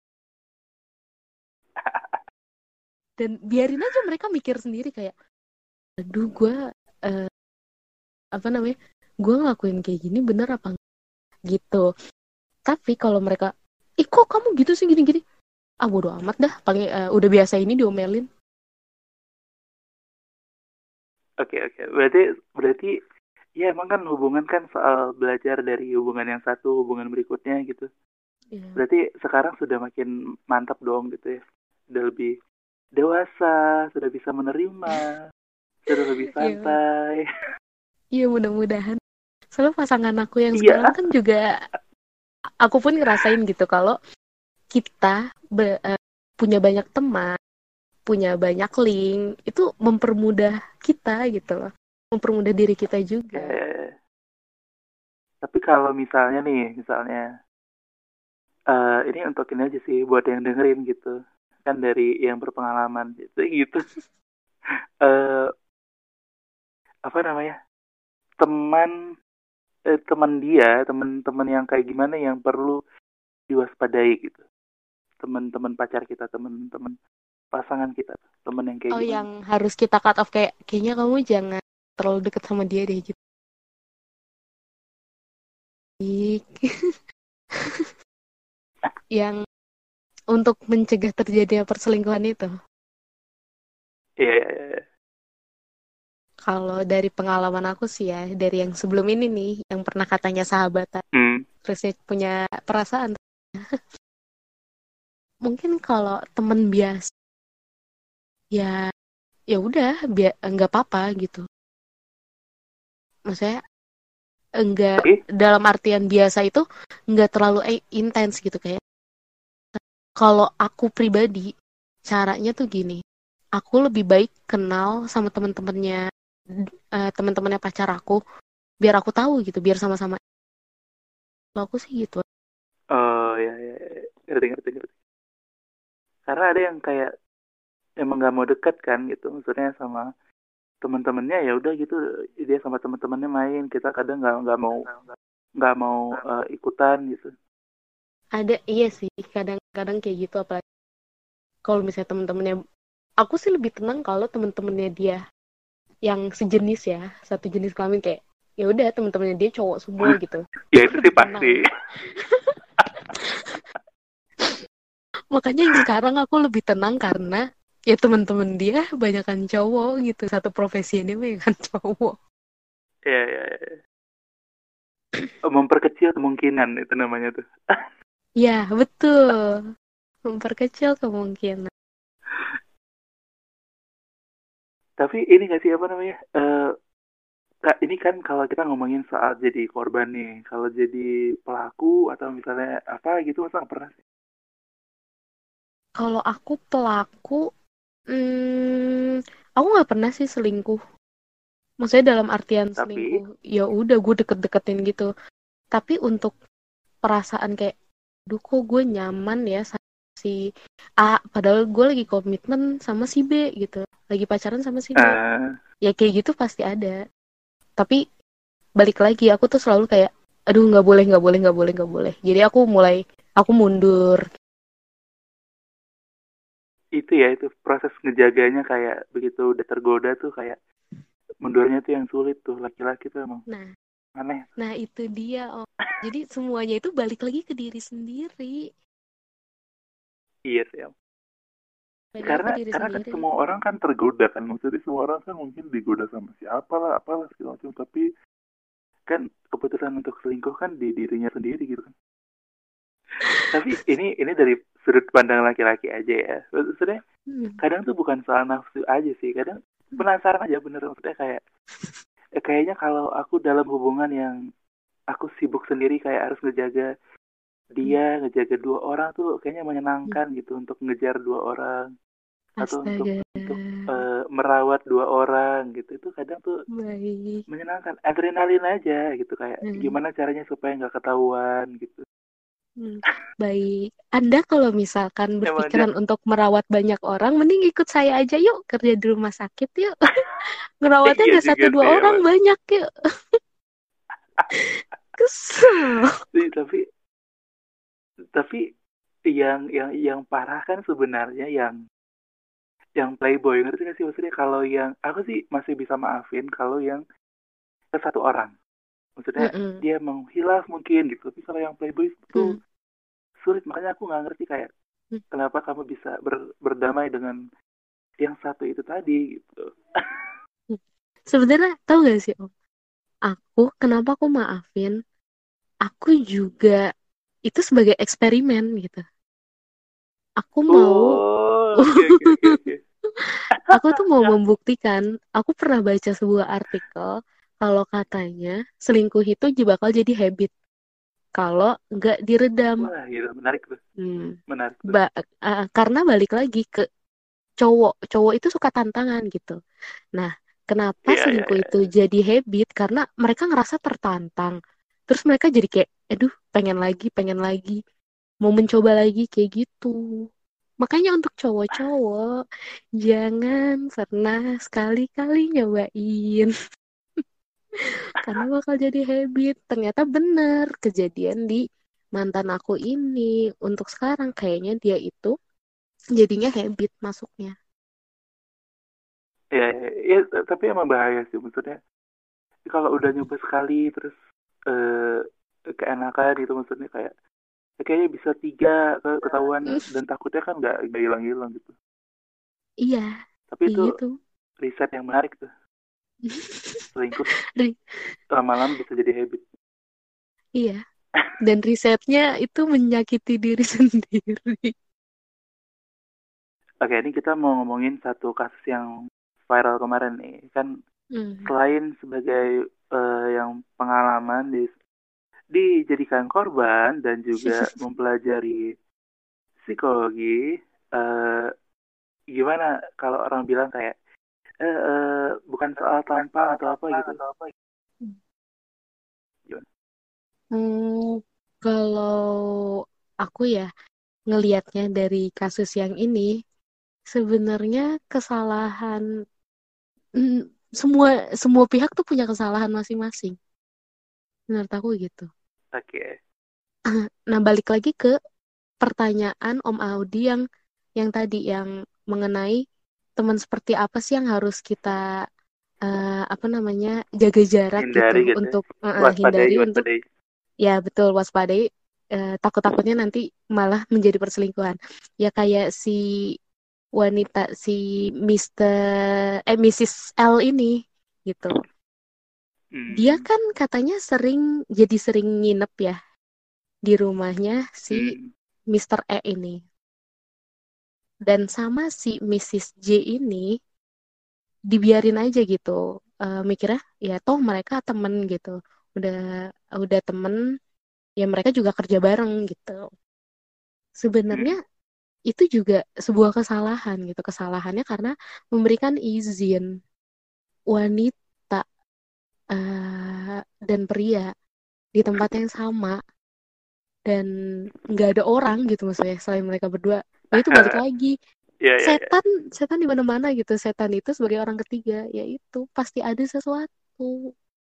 Dan biarin aja mereka mikir sendiri kayak, aduh gue uh, apa namanya, gue ngelakuin kayak gini bener apa enggak gitu. Tapi kalau mereka, ih kok kamu gitu sih gini-gini, ah bodo amat dah, paling uh, udah biasa ini diomelin. Oke oke. Berarti berarti ya emang kan hubungan kan soal belajar dari hubungan yang satu hubungan berikutnya gitu. Ya, Berarti sekarang sudah makin mantap dong gitu ya. Sudah lebih dewasa, sudah bisa menerima, sudah lebih iya, santai. iya mudah-mudahan. Soalnya pasangan aku yang sekarang Iya. kan juga, aku pun ngerasain gitu kalau kita be- eh, punya banyak teman, punya banyak link, itu mempermudah kita gitu loh. Mempermudah diri kita juga. Eh, tapi kalau misalnya nih, misalnya eh ini untuk ini aja sih buat yang dengerin gitu. Kan dari yang berpengalaman gitu gitu. Eh apa namanya? Teman eh, teman dia, teman-teman yang kayak gimana yang perlu diwaspadai gitu. Teman-teman pacar kita, teman-teman pasangan kita, teman yang kayak Oh, gimana? yang harus kita cut off kayak, kayaknya kamu jangan terlalu deket sama dia deh gitu. Yang untuk mencegah terjadinya perselingkuhan itu. Iya, iya, iya. Kalau dari pengalaman aku sih ya, dari yang sebelum ini nih, yang pernah katanya sahabatan, Hmm. terusnya punya perasaan. Mungkin kalau temen biasa, ya ya udah, bia- nggak apa-apa gitu. Maksudnya enggak, Tapi, dalam artian biasa itu nggak terlalu eh, intens gitu kayak. Kalau aku pribadi, caranya tuh gini. Aku lebih baik kenal sama teman-temannya eh, teman-temannya pacar aku, biar aku tahu gitu, biar sama-sama. Kalau aku sih gitu. oh ya, ya, ya. Ngerti, ngerti, ngerti. Karena ada yang kayak emang nggak mau dekat kan gitu, maksudnya sama teman-temannya ya udah gitu, dia sama teman-temannya main, kita kadang nggak nggak mau nggak mau eh, ikutan gitu. Ada, iya sih, kadang-kadang kayak gitu. Apalagi kalau misalnya teman-temannya, aku sih lebih tenang kalau teman-temannya dia yang sejenis ya, satu jenis kelamin kayak, ya udah teman-temannya dia cowok semua gitu. Ya Aku itu sih lebih pasti. tenang. Makanya yang sekarang aku lebih tenang karena ya teman-teman dia banyakan cowok gitu. Satu profesi ini banyakan cowok. Ya, ya, ya. Memperkecil kemungkinan itu namanya tuh. Ya, betul. Memperkecil kemungkinan. Tapi ini nggak sih apa namanya? Eh Kak, ini kan kalau kita ngomongin soal jadi korban nih, kalau jadi pelaku atau misalnya apa gitu, masa nggak pernah sih? kalau aku pelaku, hmm, aku nggak pernah sih selingkuh. Maksudnya dalam artian Tapi selingkuh, ya udah gue deket-deketin gitu. Tapi untuk perasaan kayak, duh kok gue nyaman ya sama si A, padahal gue lagi komitmen sama si B gitu, lagi pacaran sama si B. eh Ya kayak gitu pasti ada. Tapi balik lagi, aku tuh selalu kayak, aduh nggak boleh, nggak boleh, nggak boleh, nggak boleh. Jadi aku mulai, aku mundur. itu ya itu proses ngejaganya kayak begitu udah tergoda tuh kayak mundurnya tuh yang sulit tuh laki-laki tuh emang Nah, aneh. nah itu dia. Oh. Jadi semuanya itu balik lagi ke diri sendiri. Iya sih em. Balik lagi ke karena diri karena kan sendiri. semua orang kan tergoda kan, maksudnya semua orang kan mungkin digoda sama siapa lah apalah segala macam, tapi kan keputusan untuk selingkuh kan di dirinya sendiri gitu kan. Tapi ini ini dari sudut pandang laki-laki aja ya, maksudnya Hmm. kadang tuh bukan soal nafsu aja sih, kadang penasaran aja bener, maksudnya kayak eh, kayaknya kalau aku dalam hubungan yang aku sibuk sendiri kayak harus ngejaga Hmm. dia, ngejaga dua orang tuh kayaknya Hmm. menyenangkan gitu untuk ngejar dua orang atau untuk Astaga, untuk eh, merawat dua orang gitu, itu kadang tuh baik. menyenangkan, adrenalin aja gitu, kayak Hmm. gimana caranya supaya nggak ketahuan gitu. Hmm. Baik. Anda kalau misalkan Emang dia berpikiran untuk merawat banyak orang, mending ikut saya aja yuk kerja di rumah sakit yuk. Ngerawatnya iya nggak juga satu dua sih orang, emang. banyak yuk. Kesel. Sih, tapi tapi yang yang yang parah kan sebenarnya yang yang playboy, ngerti gak sih, maksudnya kalau yang aku sih masih bisa maafin kalau yang ke satu orang, maksudnya Mm-mm. dia menghilaf mungkin gitu, tapi kalau yang playboy itu Hmm. sulit, makanya aku nggak ngerti kayak Hmm. kenapa kamu bisa ber- berdamai dengan yang satu itu tadi gitu. Hmm. Sebenarnya tahu gak sih Om? Aku kenapa aku maafin? Aku juga itu sebagai eksperimen gitu. Aku mau, Oh, oke oke oke oke. aku tuh mau membuktikan. Aku pernah baca sebuah artikel kalau katanya selingkuh itu bakal jadi habit kalau nggak diredam. Wah gitu, menarik tuh, Hmm. menarik tuh. Ba- uh, karena balik lagi ke cowok, cowok itu suka tantangan gitu. Nah, kenapa Iya iya selingkuh iya. itu jadi habit? Karena mereka ngerasa tertantang. Terus mereka jadi kayak, aduh, pengen lagi, pengen lagi, mau mencoba lagi kayak gitu. Makanya untuk cowok-cowok, jangan pernah sekali-kali nyobain. Karena bakal jadi habit. Ternyata bener kejadian di mantan aku ini. Untuk sekarang kayaknya dia itu jadinya habit masuknya. Iya, iya, iya, t- tapi emang bahaya sih, maksudnya kalau udah nyoba sekali terus eh keenakan gitu, maksudnya kayak ya kayaknya bisa tiga ke- ketahuan, Mm, dan takutnya kan nggak nggak hilang-hilang gitu. iya, Tapi kayak itu gitu. riset yang menarik tuh, selingkuh Ri- lama-lama bisa jadi habit. iya, dan risetnya itu menyakiti diri sendiri. Oke, ini kita mau ngomongin satu kasus yang viral kemarin nih. Kan Hmm. selain sebagai eh, yang pengalaman di, dijadikan korban dan juga mempelajari psikologi, eh, gimana kalau orang bilang kayak eh, eh, bukan soal tampang atau apa gitu. Gimana? Hmm, kalau aku ya ngelihatnya dari kasus yang ini, sebenarnya kesalahan mm, semua semua pihak tuh punya kesalahan masing-masing. Menurut aku gitu. Oke. Nah, balik lagi ke pertanyaan Om Audi yang yang tadi yang mengenai teman seperti apa sih yang harus kita eh, apa namanya jaga jarak gitu Hindari gitu ya. untuk eh, eh, Waspadai, hindari untuk waspadai. ya betul waspadai eh, takut-takutnya nanti malah menjadi perselingkuhan. Ya kayak si wanita si Mister eh missus L ini gitu. Dia Hmm. kan katanya sering jadi sering nginep ya di rumahnya si Hmm. Mister E ini. Dan sama si missus J ini dibiarin aja gitu. Eh, mikirnya ya toh mereka temen gitu. Udah udah temen ya mereka juga kerja bareng gitu. Hmm. Sebenarnya itu juga sebuah kesalahan gitu. Kesalahannya karena memberikan izin wanita uh, dan pria di tempat yang sama dan nggak ada orang gitu maksudnya selain mereka berdua. Ya itu balik lagi Iya, iya, iya. setan setan di mana-mana gitu. Setan itu sebagai orang ketiga, yaitu pasti ada sesuatu.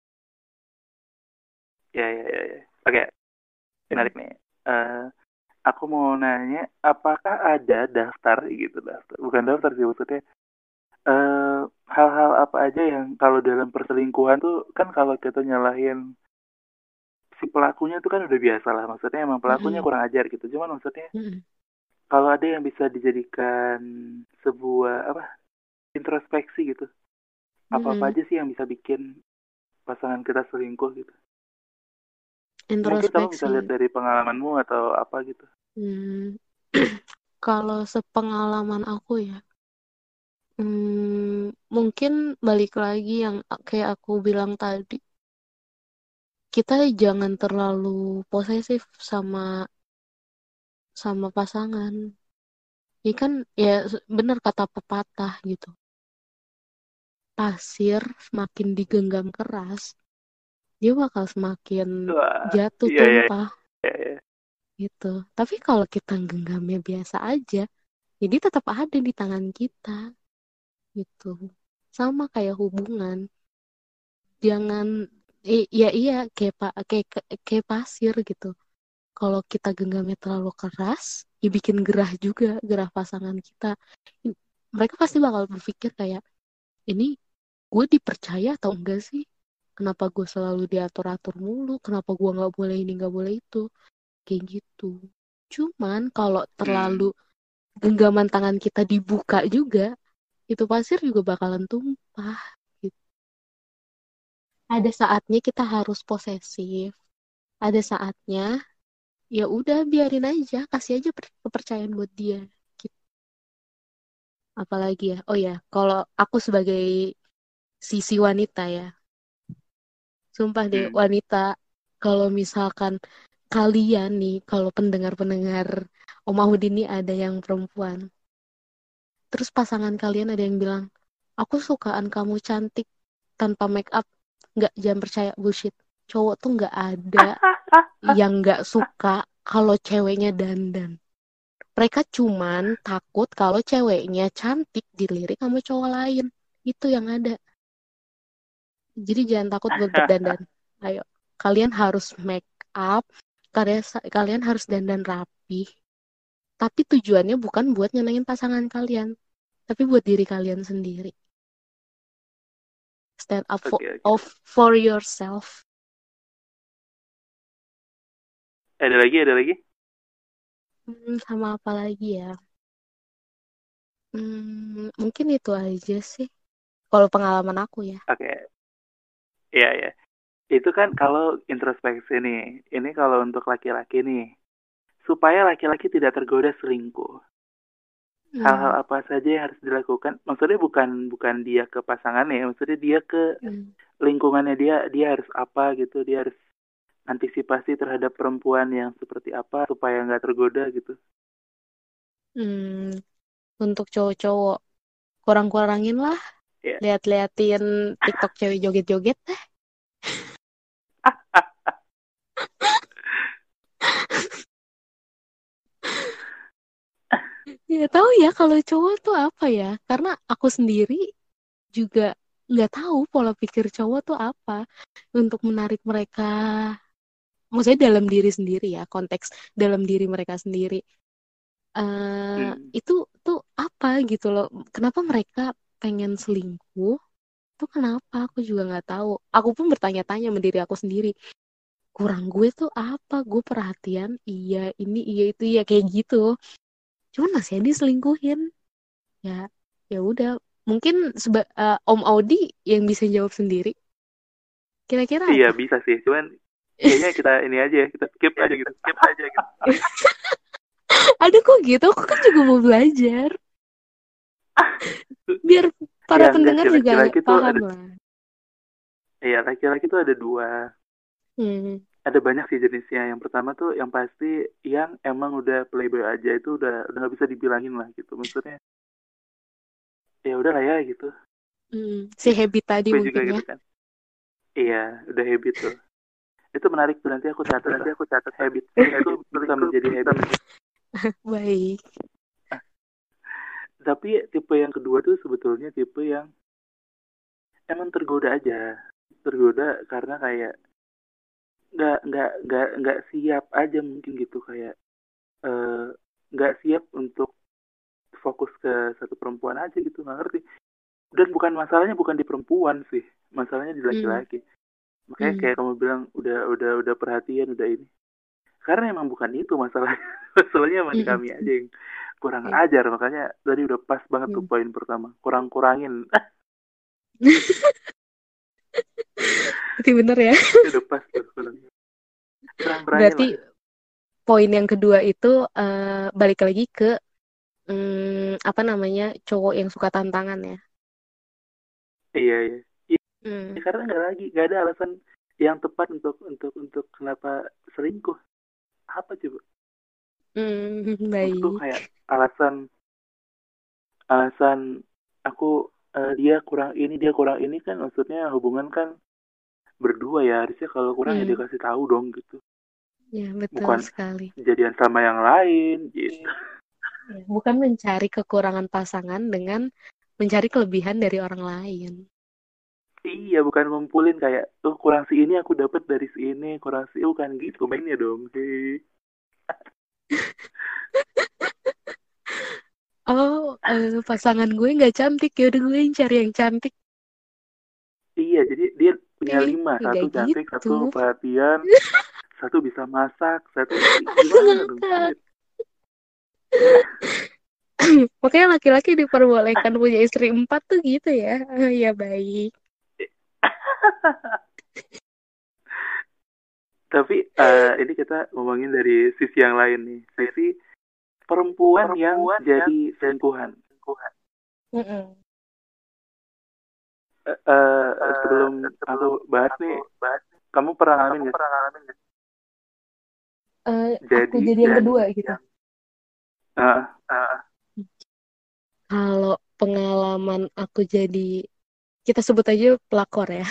Iya, iya, iya, iya. Oke, Hmm. menarik nih. Eh, aku mau nanya, apakah ada daftar gitu, daftar? Bukan daftar sih maksudnya. eh, hal-hal apa aja yang kalau dalam perselingkuhan tuh kan kalau kita nyalahin si pelakunya tuh kan udah biasa lah. Maksudnya emang pelakunya Mm-mm. kurang ajar gitu. Cuman maksudnya Mm-mm. kalau ada yang bisa dijadikan sebuah apa introspeksi gitu. Apa-apa Mm-mm. aja sih yang bisa bikin pasangan kita selingkuh gitu. Mungkin kamu bisa lihat Introspeksi. dari pengalamanmu atau apa gitu. Hmm. Kalau sepengalaman aku ya, hmm, mungkin balik lagi yang kayak aku bilang tadi, kita jangan terlalu posesif sama sama pasangan. Ini kan ya bener kata pepatah gitu. Pasir semakin digenggam keras, dia bakal semakin Wah, jatuh iya, iya, tumpah iya, iya. gitu. Tapi kalau kita genggamnya biasa aja, jadi tetap ada di tangan kita gitu. Sama kayak hubungan. Jangan i- ya iya kayak pak kayak kayak pasir gitu. Kalau kita genggamnya terlalu keras, ya bikin gerah juga, gerah pasangan kita. Mereka pasti bakal berpikir kayak, ini gue dipercaya atau enggak sih? Kenapa gue selalu diatur-atur mulu? Kenapa gue nggak boleh ini, nggak boleh itu? Kayak gitu. Cuman kalau terlalu Hmm. genggaman tangan kita dibuka juga, itu pasir juga bakalan tumpah. Gitu. Ada saatnya kita harus posesif. Ada saatnya ya udah biarin aja, kasih aja per- kepercayaan buat dia. Gitu. Apalagi ya, oh ya, kalau aku sebagai sisi wanita ya, sumpah deh Hmm. wanita, kalau misalkan kalian nih, kalau pendengar-pendengar Om Ahmad ini ada yang perempuan, terus pasangan kalian ada yang bilang, aku sukaan kamu cantik tanpa make up, nggak, jangan percaya, bullshit. Cowok tuh nggak ada yang nggak suka kalau ceweknya dandan. Mereka cuman takut kalau ceweknya cantik dilirik sama cowok lain. Itu yang ada. Jadi jangan takut buat berdandan. Ayo, kalian harus make up, kalian kalian harus dandan rapi. Tapi tujuannya bukan buat nyenengin pasangan kalian, tapi buat diri kalian sendiri. Stand up for Oke, oke. of for yourself. Ada lagi, ada lagi? Hmm, sama apa lagi ya? Hmm, mungkin itu aja sih. Kalau pengalaman aku ya. Oke, iya, iya. Itu kan kalau introspeksi nih. Ini kalau untuk laki-laki nih. Supaya laki-laki tidak tergoda selingkuh. Hal-hal Hmm, apa saja yang harus dilakukan? Maksudnya bukan bukan dia ke pasangannya, ya. Maksudnya dia ke hmm, lingkungannya dia. Dia harus apa gitu. Dia harus antisipasi terhadap perempuan yang seperti apa supaya nggak tergoda gitu. hmm. Untuk cowok-cowok kurang-kurangin lah Ya. lihat-liatin TikTok cewek joget-joget. Ya tahu ya kalau cowok tuh apa ya? Karena aku sendiri juga nggak tahu pola pikir cowok tuh apa untuk menarik mereka. Maksudnya dalam diri sendiri ya, konteks dalam diri mereka sendiri. Eh Hmm. itu tuh apa gitu loh? Kenapa mereka pengen selingkuh? Tuh kenapa? Aku juga nggak tahu. Aku pun bertanya-tanya sama diri aku sendiri. Kurang gue tuh apa? Gue perhatian, iya ini, iya itu, ya kayak gitu. Cuman masih aja diselingkuhin. Ya, ya udah. Mungkin seba- eh, Om Audi yang bisa jawab sendiri. Kira-kira Iya apa? bisa sih, cuman kayaknya kita ini aja, kita skip aja gitu. Skip aja gitu. Ada kok gitu, aku kan juga mau belajar. Biar para Ya enggak pendengar sih, juga laki-laki tuh paham ada, lah. iya laki-laki tuh ada dua. Hmm. ada banyak sih jenisnya. Yang pertama tuh yang pasti yang emang udah playboy aja itu udah udah nggak bisa dibilangin lah gitu. Maksudnya ya udah lah ya gitu. Hmm, si Gitu. habit tadi Gue juga mungkin ya. gitu kan. Iya, udah habit tuh. Itu menarik tuh, nanti aku catat Nanti lah. aku catat Habit habit selingkuh bisa selingkuh menjadi bisa habit. menjadi baik. Tapi tipe yang kedua tuh sebetulnya tipe yang emang tergoda aja. Tergoda karena kayak nggak nggak nggak nggak siap aja mungkin gitu kayak eh, nggak siap untuk fokus ke satu perempuan aja gitu, nggak ngerti. Dan bukan masalahnya bukan di perempuan sih, masalahnya di Hmm, laki-laki. Makanya hmm, kayak kamu bilang udah udah udah perhatian udah ini, karena emang bukan itu masalahnya. Masalahnya emang di hmm, kami aja yang kurang hmm, ajar. Makanya tadi udah pas banget tuh hmm. poin pertama, kurang-kurangin. Berarti bener ya. Udah pas tuh, kurang-kurangin Berarti lah. poin yang kedua itu eh, balik lagi ke hmm, apa namanya cowok yang suka tantangan ya. Iya, iya, iya. Hmm, Karena nggak lagi nggak ada alasan yang tepat untuk untuk untuk kenapa selingkuh. Apa coba? hmm, Untuk baik. kayak alasan alasan aku eh, dia kurang ini dia kurang ini kan, maksudnya hubungan kan berdua ya, harusnya kalau kurang ya Hmm, dikasih tahu dong gitu, ya betul bukan sekali. jadian sama yang lain gitu. Ya, bukan mencari kekurangan pasangan dengan mencari kelebihan dari orang lain. Iya, bukan ngumpulin kayak tuh kurang si ini aku dapat dari si ini, kurang si bukan gitu mainnya dong. Hei. Oh, eh, pasangan gue nggak cantik, yaudah gue yang cari yang cantik. Iya, jadi dia punya Eh, lima, nggak satu cantik, gitu. satu perhatian, satu bisa masak, satu ini gimana dong Ngakak. sulit. Makanya laki-laki diperbolehkan punya istri empat tuh gitu ya. Ah, ya baik. Tapi eh, ini kita ngomongin dari sisi yang lain nih, sisi perempuan yang Perempuan yang jadi jadi selingkuhan. selingkuhan. Mm-mm. Eh, eh, Eh, sebelum aku sebelum bahas aku nih, bahas, kamu pernah kamu ngalamin gak sih? pernah ngalamin nggak? Eh, aku Jadi, jadi yang jadi, kedua gitu. yang, eh, Eh, Kalau pengalaman aku jadi, kita sebut aja pelakor ya.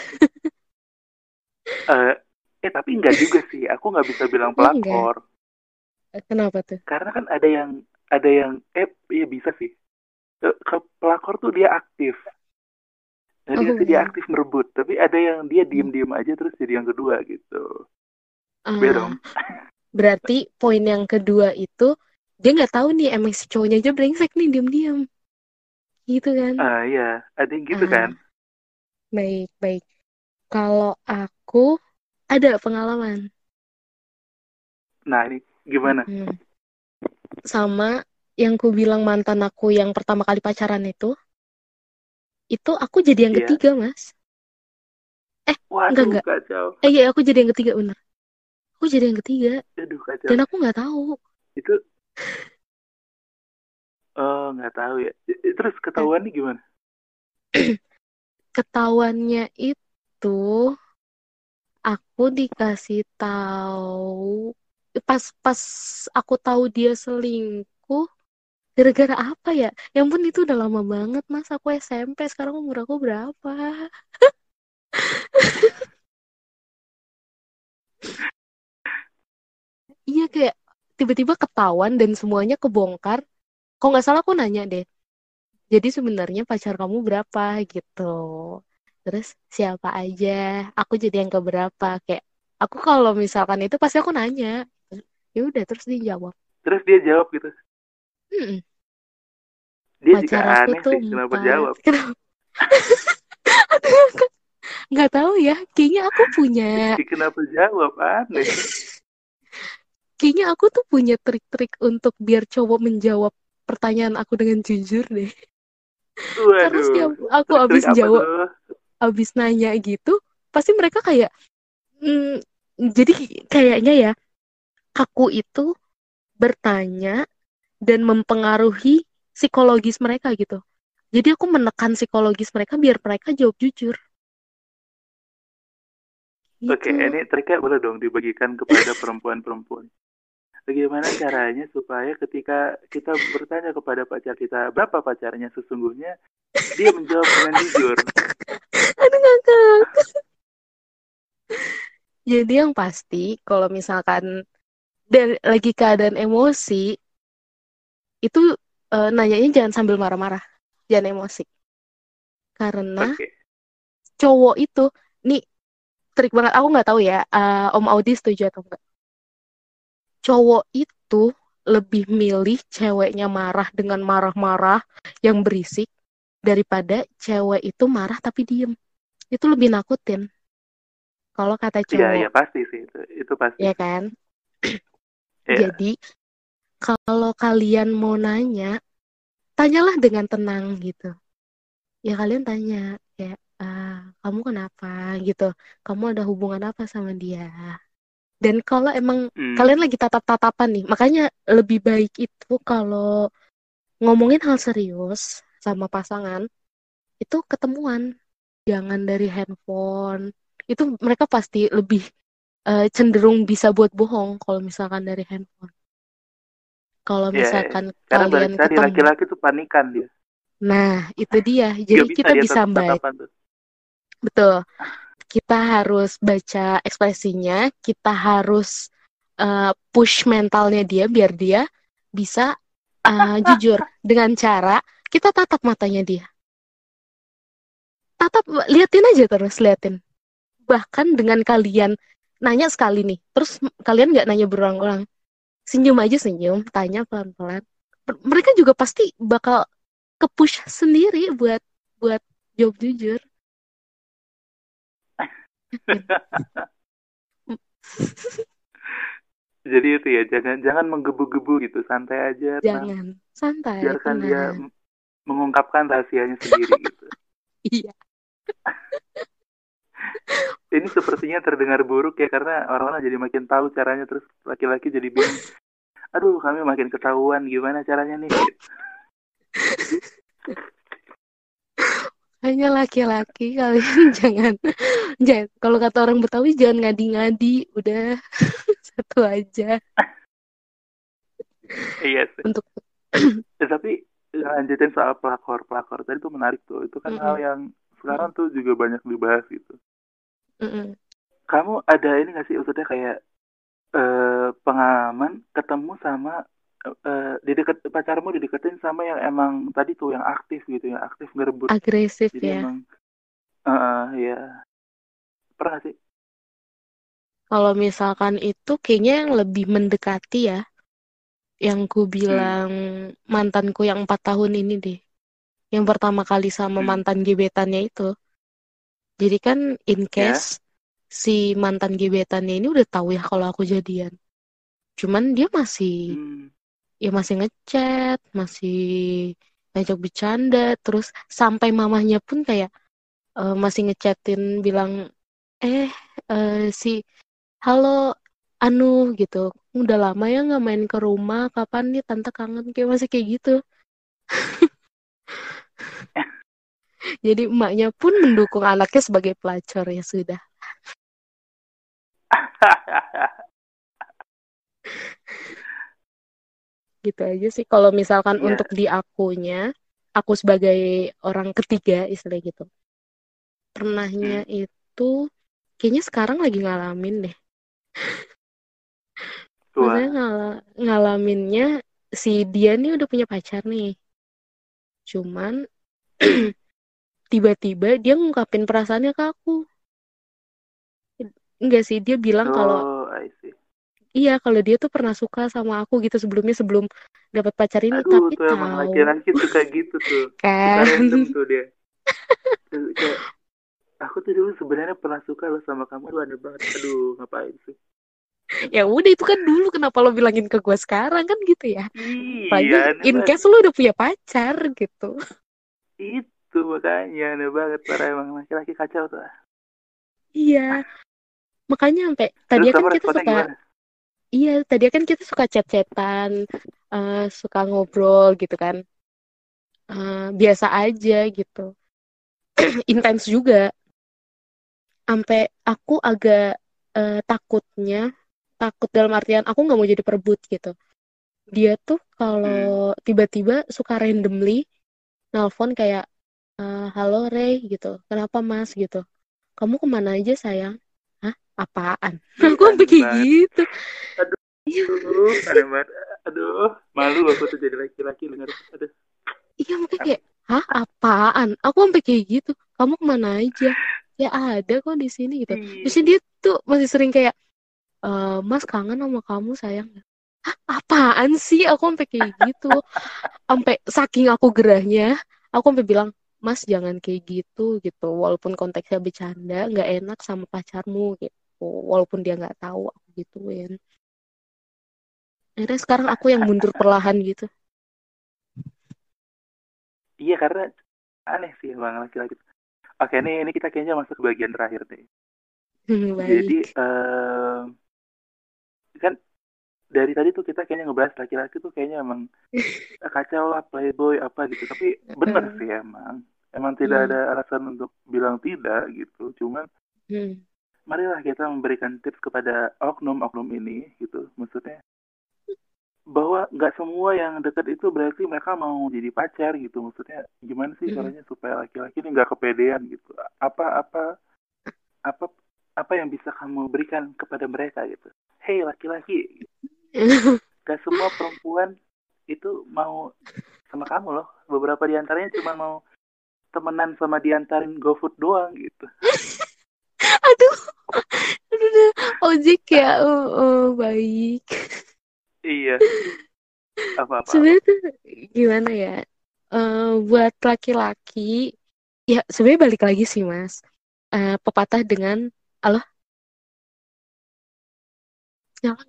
eh, eh tapi enggak juga sih. Aku nggak bisa bilang Oh enggak. pelakor, Eh, Kenapa tuh? karena kan ada yang ada yang eh iya bisa sih. Eh, ke pelakor tuh dia aktif, dari Oh sih dia baik. aktif merebut. Tapi ada yang dia diem-diem aja terus jadi yang kedua gitu. Beda Ah, dong. berarti poin yang kedua itu dia nggak tahu nih emang si cowoknya aja brengsek nih diam-diam gitu kan. Ah iya, ada yang gitu kan. Ah, baik, baik. Kalau aku ada pengalaman. Nah ini gimana? Mm-mm. Sama yang ku bilang mantan aku yang pertama kali pacaran itu, itu aku jadi yang Iya. ketiga, Mas. Eh, enggak, Waduh enggak. kacau. Eh, iya, aku jadi yang ketiga, bener. Aku jadi yang ketiga. Aduh kacau. Dan aku nggak tahu. Itu oh nggak tahu ya. Eh, Terus Eh, ketahuan nih gimana? Ketahuannya itu, aku dikasih tahu pas pas aku tahu dia selingkuh gara-gara apa ya? Ya ampun itu udah lama banget Mas, aku S M P, sekarang umur aku berapa? Iya kayak tiba-tiba ketahuan dan semuanya kebongkar. Kok nggak salah aku nanya deh. Jadi sebenarnya pacar kamu berapa gitu. Terus siapa aja? Aku jadi yang keberapa? Kayak aku kalau misalkan itu pasti aku nanya. Ya udah terus dia jawab. Terus dia jawab gitu. "Mm-mm, Dia juga pacar aku aneh tuh sih kenapa empat." jawab. Kenapa? Nggak tahu ya. Kayaknya aku punya, Kenapa jawab aneh. kayaknya aku tuh punya trik-trik untuk biar cowok menjawab pertanyaan aku dengan jujur deh. Karena Waduh. setiap aku Trik-trik abis apa jawab, tuh? abis nanya gitu, pasti mereka kayak, mm, jadi kayaknya ya, aku itu bertanya dan mempengaruhi psikologis mereka gitu. Jadi aku menekan psikologis mereka biar mereka jawab jujur Oke, Gitu. ini triknya boleh dong dibagikan kepada perempuan-perempuan. Bagaimana caranya supaya ketika kita bertanya kepada pacar kita, berapa pacarnya sesungguhnya, dia menjawab dengan jujur. Aduh ngakak. Jadi yang pasti kalau misalkan dari lagi keadaan emosi itu eh, nanyanya jangan sambil marah-marah, jangan emosi. Karena Oke. cowok itu, nih trik banget. Aku nggak tahu ya, eh, Om Audi setuju atau enggak. Cowok itu lebih milih ceweknya marah dengan marah-marah yang berisik daripada cewek itu marah tapi diem. Itu lebih nakutin. Kalau kata Iya, cowok, iya pasti sih itu. Itu pasti ya sih. kan? Iya. Jadi kalau kalian mau nanya, tanyalah dengan tenang gitu. Ya kalian tanya kayak, ah, kamu kenapa gitu? Kamu ada hubungan apa sama dia? Dan kalau emang kalian Hmm. lagi tatap-tatapan nih, makanya lebih baik itu kalau ngomongin hal serius sama pasangan, itu ketemuan. Jangan dari handphone. Itu mereka pasti lebih eh, cenderung bisa buat bohong kalau misalkan dari handphone. Kalau Iya, iya. misalkan Karena balik kalian tadi ketemu, laki-laki tuh panikan dia. nah itu dia. Jadi Gak bisa kita dia bisa baik, tatap-tatapan tuh. betul. Kita harus baca ekspresinya, kita harus uh, push mentalnya dia biar dia bisa uh, jujur dengan cara kita tatap matanya dia. Tatap, liatin aja terus, liatin. Bahkan dengan kalian nanya sekali nih, terus kalian nggak nanya berulang-ulang, senyum aja senyum, tanya pelan-pelan. Mereka juga pasti bakal ke-push sendiri buat buat jawab jujur. Jadi itu ya, jangan jangan menggebu-gebu gitu, santai aja, tenang. Jangan, santai, Biarkan dia tenang. m- mengungkapkan rahasianya sendiri gitu. Iya, Ini sepertinya terdengar buruk ya karena orang-orang jadi makin tahu caranya terus laki-laki jadi bingung. Aduh, kami makin ketahuan gimana caranya nih. hanya laki-laki kalian jangan, jangan. Kalau kata orang Betawi jangan ngadi-ngadi, udah satu aja Iya sih. untuk. Eh, tapi lanjutin soal pelakor pelakor tadi tuh menarik tuh. Itu kan hal Mm-mm, yang sekarang mm-mm, tuh juga banyak dibahas gitu. mm-mm. Kamu ada ini nggak sih maksudnya kayak eh, pengalaman ketemu sama eh, eh, dideket pacarmu dideketin sama yang emang tadi tuh yang aktif gitu, yang aktif ngerebut. Agresif Jadi ya. emang eh eh, ya pernah nggak sih? Kalau misalkan itu kayaknya yang lebih mendekati ya, yang ku Hmm, bilang mantanku yang empat tahun ini deh. Yang pertama kali sama hmm, mantan gebetannya itu. Jadi kan in case ya. si mantan gebetannya ini udah tahu ya kalau aku jadian. Cuman dia masih Hmm. ya masih ngechat, masih ngajak bercanda, terus sampai mamahnya pun kayak eh, masih ngechatin bilang, eh eh, si halo Anu gitu, udah lama ya nggak main ke rumah, kapan nih tante kangen, kayak masih kayak gitu. Jadi emaknya pun mendukung anaknya sebagai pelacur, ya sudah. Gitu aja sih kalau misalkan Iya. untuk di akunya, aku sebagai orang ketiga istilah gitu, pernahnya Hmm. itu kayaknya sekarang lagi ngalamin deh. Maksudnya Wah. ngala- ngalaminnya si dia nih udah punya pacar nih. Cuman Hmm. tiba-tiba dia ngungkapin perasaannya ke aku. Enggak sih, dia bilang kalau Oh, I see. iya kalau dia tuh pernah suka sama aku gitu sebelumnya sebelum dapat pacar ini, Aduh, tapi tuh emang tahu laki-laki suka gitu tuh. Suka random kan. tuh dia. Terus kayak, aku tuh dulu sebenarnya pernah suka loh sama kamu. Aduh, aneh banget. Aduh, ngapain sih? Ya udah itu kan dulu, kenapa lo bilangin ke gue sekarang kan gitu ya. Iya, Apalagi aneh in banget. case lo udah punya pacar gitu. Itu makanya aneh banget. Parah emang laki-laki kacau tuh. Iya, makanya sampai tadi Terus kan kamu kita responnya suka, gimana? iya tadi kan kita suka chat-chatan, eh, suka ngobrol gitu kan. Eh, biasa aja gitu. Intens juga. Sampai aku agak eh, takutnya, takut dalam artian aku nggak mau jadi perebut gitu. Dia tuh Hmm. kalau tiba-tiba suka randomly nelpon kayak, "Eh, halo Rey," gitu. "Kenapa Mas?" gitu. "Kamu kemana aja sayang?" "Hah? Apaan?" Ih, Aku sampai aneh kayak banget. gitu. Iya, Aduh, aneh banget. Aduh, malu aku tuh jadi laki-laki denger. Aduh, iya mungkin aneh. kayak, "Hah? Apaan?" Aku sampai kayak gitu. "Kamu kemana aja?" "Ya ada kok di sini," gitu. Terus Iya. dia tuh masih sering kayak, "Eh, Mas kangen sama kamu sayang." Apaan sih? Aku sampai kayak gitu. Sampai saking aku gerahnya, aku sampai bilang, "Mas jangan kayak gitu gitu. Walaupun konteksnya bercanda, nggak enak sama pacarmu gitu. Walaupun dia nggak tahu aku gituin." Akhirnya sekarang aku yang mundur perlahan gitu. Iya, karena aneh sih emang laki-laki. Oke, ini ini kita kayaknya masuk ke bagian terakhir deh. Hmm, Jadi, baik. eh kan dari tadi tuh kita kayaknya ngebahas laki-laki tuh kayaknya emang kacau lah, playboy apa gitu. Tapi bener Uh, sih emang. Emang tidak hmm, ada alasan untuk bilang tidak gitu. Cuman hmm, marilah kita memberikan tips kepada oknum-oknum ini gitu. Maksudnya bahwa nggak semua yang dekat itu berarti mereka mau jadi pacar gitu. Maksudnya gimana sih hmm. caranya supaya laki-laki ini nggak kepedean gitu. Apa apa apa apa yang bisa kamu berikan kepada mereka gitu. Hey laki-laki, gak semua perempuan itu mau sama kamu loh. Beberapa di antaranya cuma mau temenan sama diantarin GoFood doang gitu. Aduh, aduh, ojek ya. Oh, oh, baik. Iya, apa-apa-apa. Sebenarnya tuh gimana ya? Eh, buat laki-laki, ya sebenarnya balik lagi sih Mas. Eh, pepatah dengan, Allah, nyala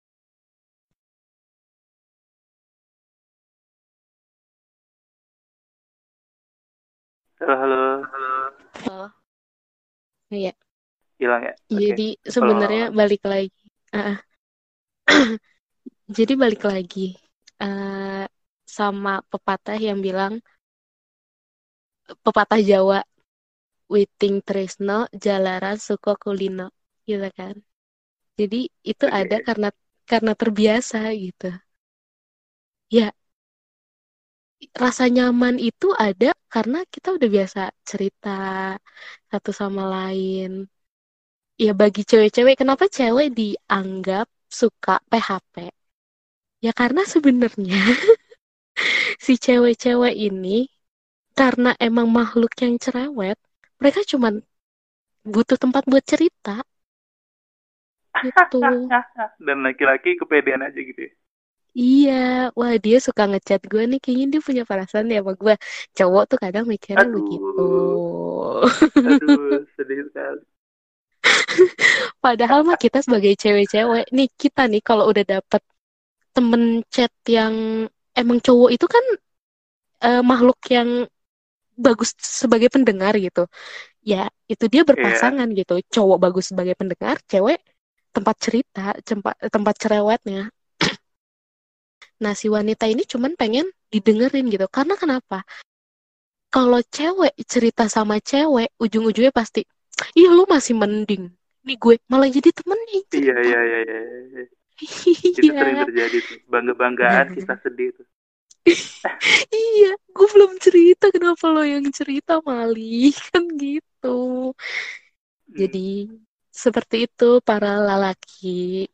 Halo, halo. nggak? Oh, ya. Hilang ya? Oke. Jadi Ulang-ulang sebenarnya lagi. balik lagi. Ah, jadi balik lagi eh, sama pepatah yang bilang, pepatah Jawa, Witing Tresno Jalaran Suko Kulino, gitu kan. Jadi itu ada Oke. karena karena terbiasa gitu. Ya, rasa nyaman itu ada karena kita udah biasa cerita satu sama lain. Ya bagi cewek-cewek, kenapa cewek dianggap suka P H P? Ya karena sebenarnya si cewek-cewek ini karena emang makhluk yang cerewet, mereka cuma butuh tempat buat cerita gitu. Dan laki-laki kepedean aja gitu ya. Iya, wah dia suka ngechat gue nih, kayaknya dia punya perasaan ya sama gue. Cowok tuh kadang mikirnya begitu. Aduh. Aduh, sedih sekali. Padahal mah kita sebagai cewek-cewek, nih kita nih kalau udah dapet temen chat yang emang cowok itu kan eh, makhluk yang bagus sebagai pendengar gitu. Ya, itu dia Iya. berpasangan gitu. Cowok bagus sebagai pendengar, cewek tempat cerita, tempat tempat cerewetnya. Nah, si wanita ini cuman pengen didengerin gitu. Karena kenapa? Kalau cewek cerita sama cewek, ujung-ujungnya pasti, "Ih, lu masih mending. Nih gue malah jadi temennya yang Iya, cerita." iya, iya, iya, iya. Itu sering Iya. terjadi tuh. Bangga-banggaan kita sedih tuh. Iya, gue belum cerita, kenapa lo yang cerita, Mali? Kan gitu. Hmm. Jadi, seperti itu para lelaki.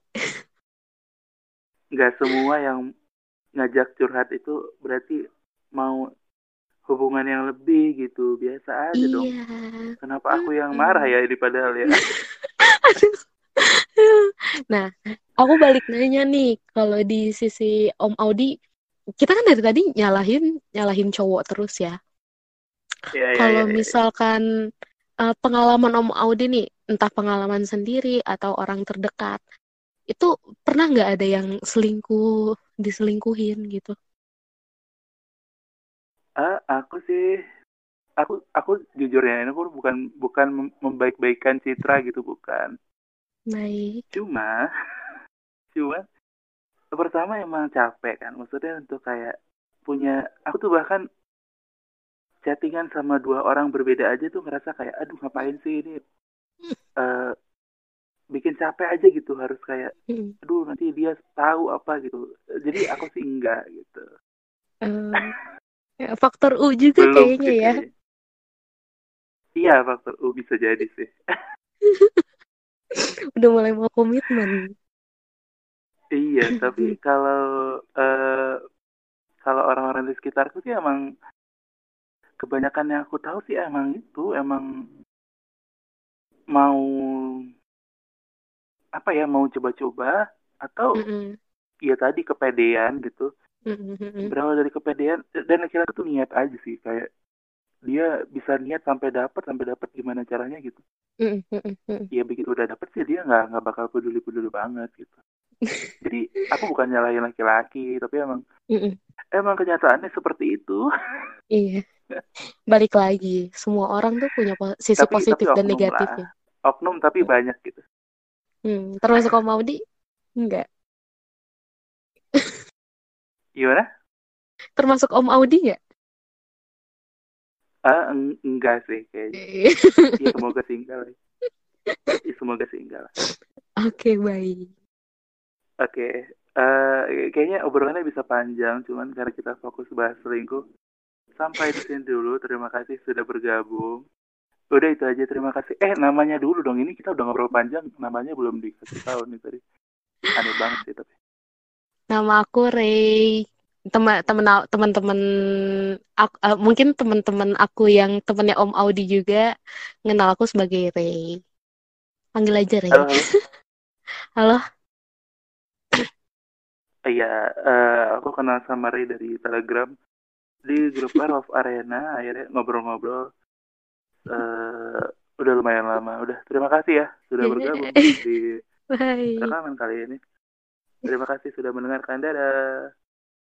Nggak semua yang ngajak curhat itu berarti mau hubungan yang lebih gitu. Biasa aja dong. Iya. Kenapa aku yang marah Mm-mm. ya ini padahal ya? Aduh. Nah, aku balik nanya nih, kalau di sisi Om Audi, kita kan dari tadi nyalahin nyalahin cowok terus ya. Iya, iya, Kalau iya, iya. misalkan eh, pengalaman Om Audi nih, entah pengalaman sendiri atau orang terdekat, itu pernah nggak ada yang selingkuh, diselingkuhin gitu? Ah, aku sih, aku aku jujur ya, ini aku bukan bukan mem- membaik-baikan citra gitu, bukan. Baik. Cuma, cuma pertama emang capek kan. Maksudnya untuk kayak punya, aku tuh bahkan chattingan sama dua orang berbeda aja tuh ngerasa kayak, aduh ngapain sih ini? uh, bikin capek aja gitu, harus kayak Mm. aduh nanti dia tahu apa gitu. Jadi aku sih enggak gitu. Eh, ya, faktor U juga Belum kayaknya sih ya. kayaknya. Iya faktor U bisa jadi sih. Udah mulai mau komitmen. Iya, tapi kalau uh, kalau orang-orang di sekitarku sih emang kebanyakan yang aku tahu sih emang itu emang mau apa ya, mau coba-coba atau Mm-mm. ya tadi kepedean gitu. Mm-mm. Berawal dari kepedean dan akhirnya tuh niat aja sih, kayak dia bisa niat sampai dapat sampai dapat gimana caranya gitu. Mm-mm. Mm-mm. Ya begitu udah dapet sih dia nggak nggak bakal peduli-peduli banget gitu. Jadi aku bukan nyalahin laki-laki, tapi emang Mm-mm. emang kenyataannya seperti itu. Iya, balik lagi. Semua orang tuh punya po- sisi tapi tapi positif dan oknum lah, negatifnya. oknum tapi banyak gitu. Hmm, termasuk Om Audi? Enggak. Gimana? Termasuk Om Audi nggak? Ah, eng- enggak sih kayaknya. Ya semoga sih enggak lah. Ya, semoga sih enggak lah. Oke, baik. Oke, eh, kayaknya obrolannya bisa panjang, cuman karena kita fokus bahas selingkuh, sampai di sini dulu. Terima kasih sudah bergabung. Udah itu aja, terima kasih. Eh, namanya dulu dong. Ini kita udah ngobrol panjang, namanya belum dikasih tahu nih tadi. Aneh banget sih tapi. Nama aku Ray. Teman teman teman-teman aku, eh, mungkin teman-teman aku yang temannya Om Audi juga kenal aku sebagai Ray. Panggil aja Ray. Halo, halo. Halo. Iya, eh, aku kenal sama Ray dari Telegram. Di grup Love Arena, akhirnya ngobrol-ngobrol. eh udah lumayan lama. Udah, terima kasih ya sudah bergabung di Bye. rekaman kali ini. Terima kasih sudah mendengarkan. Dadah.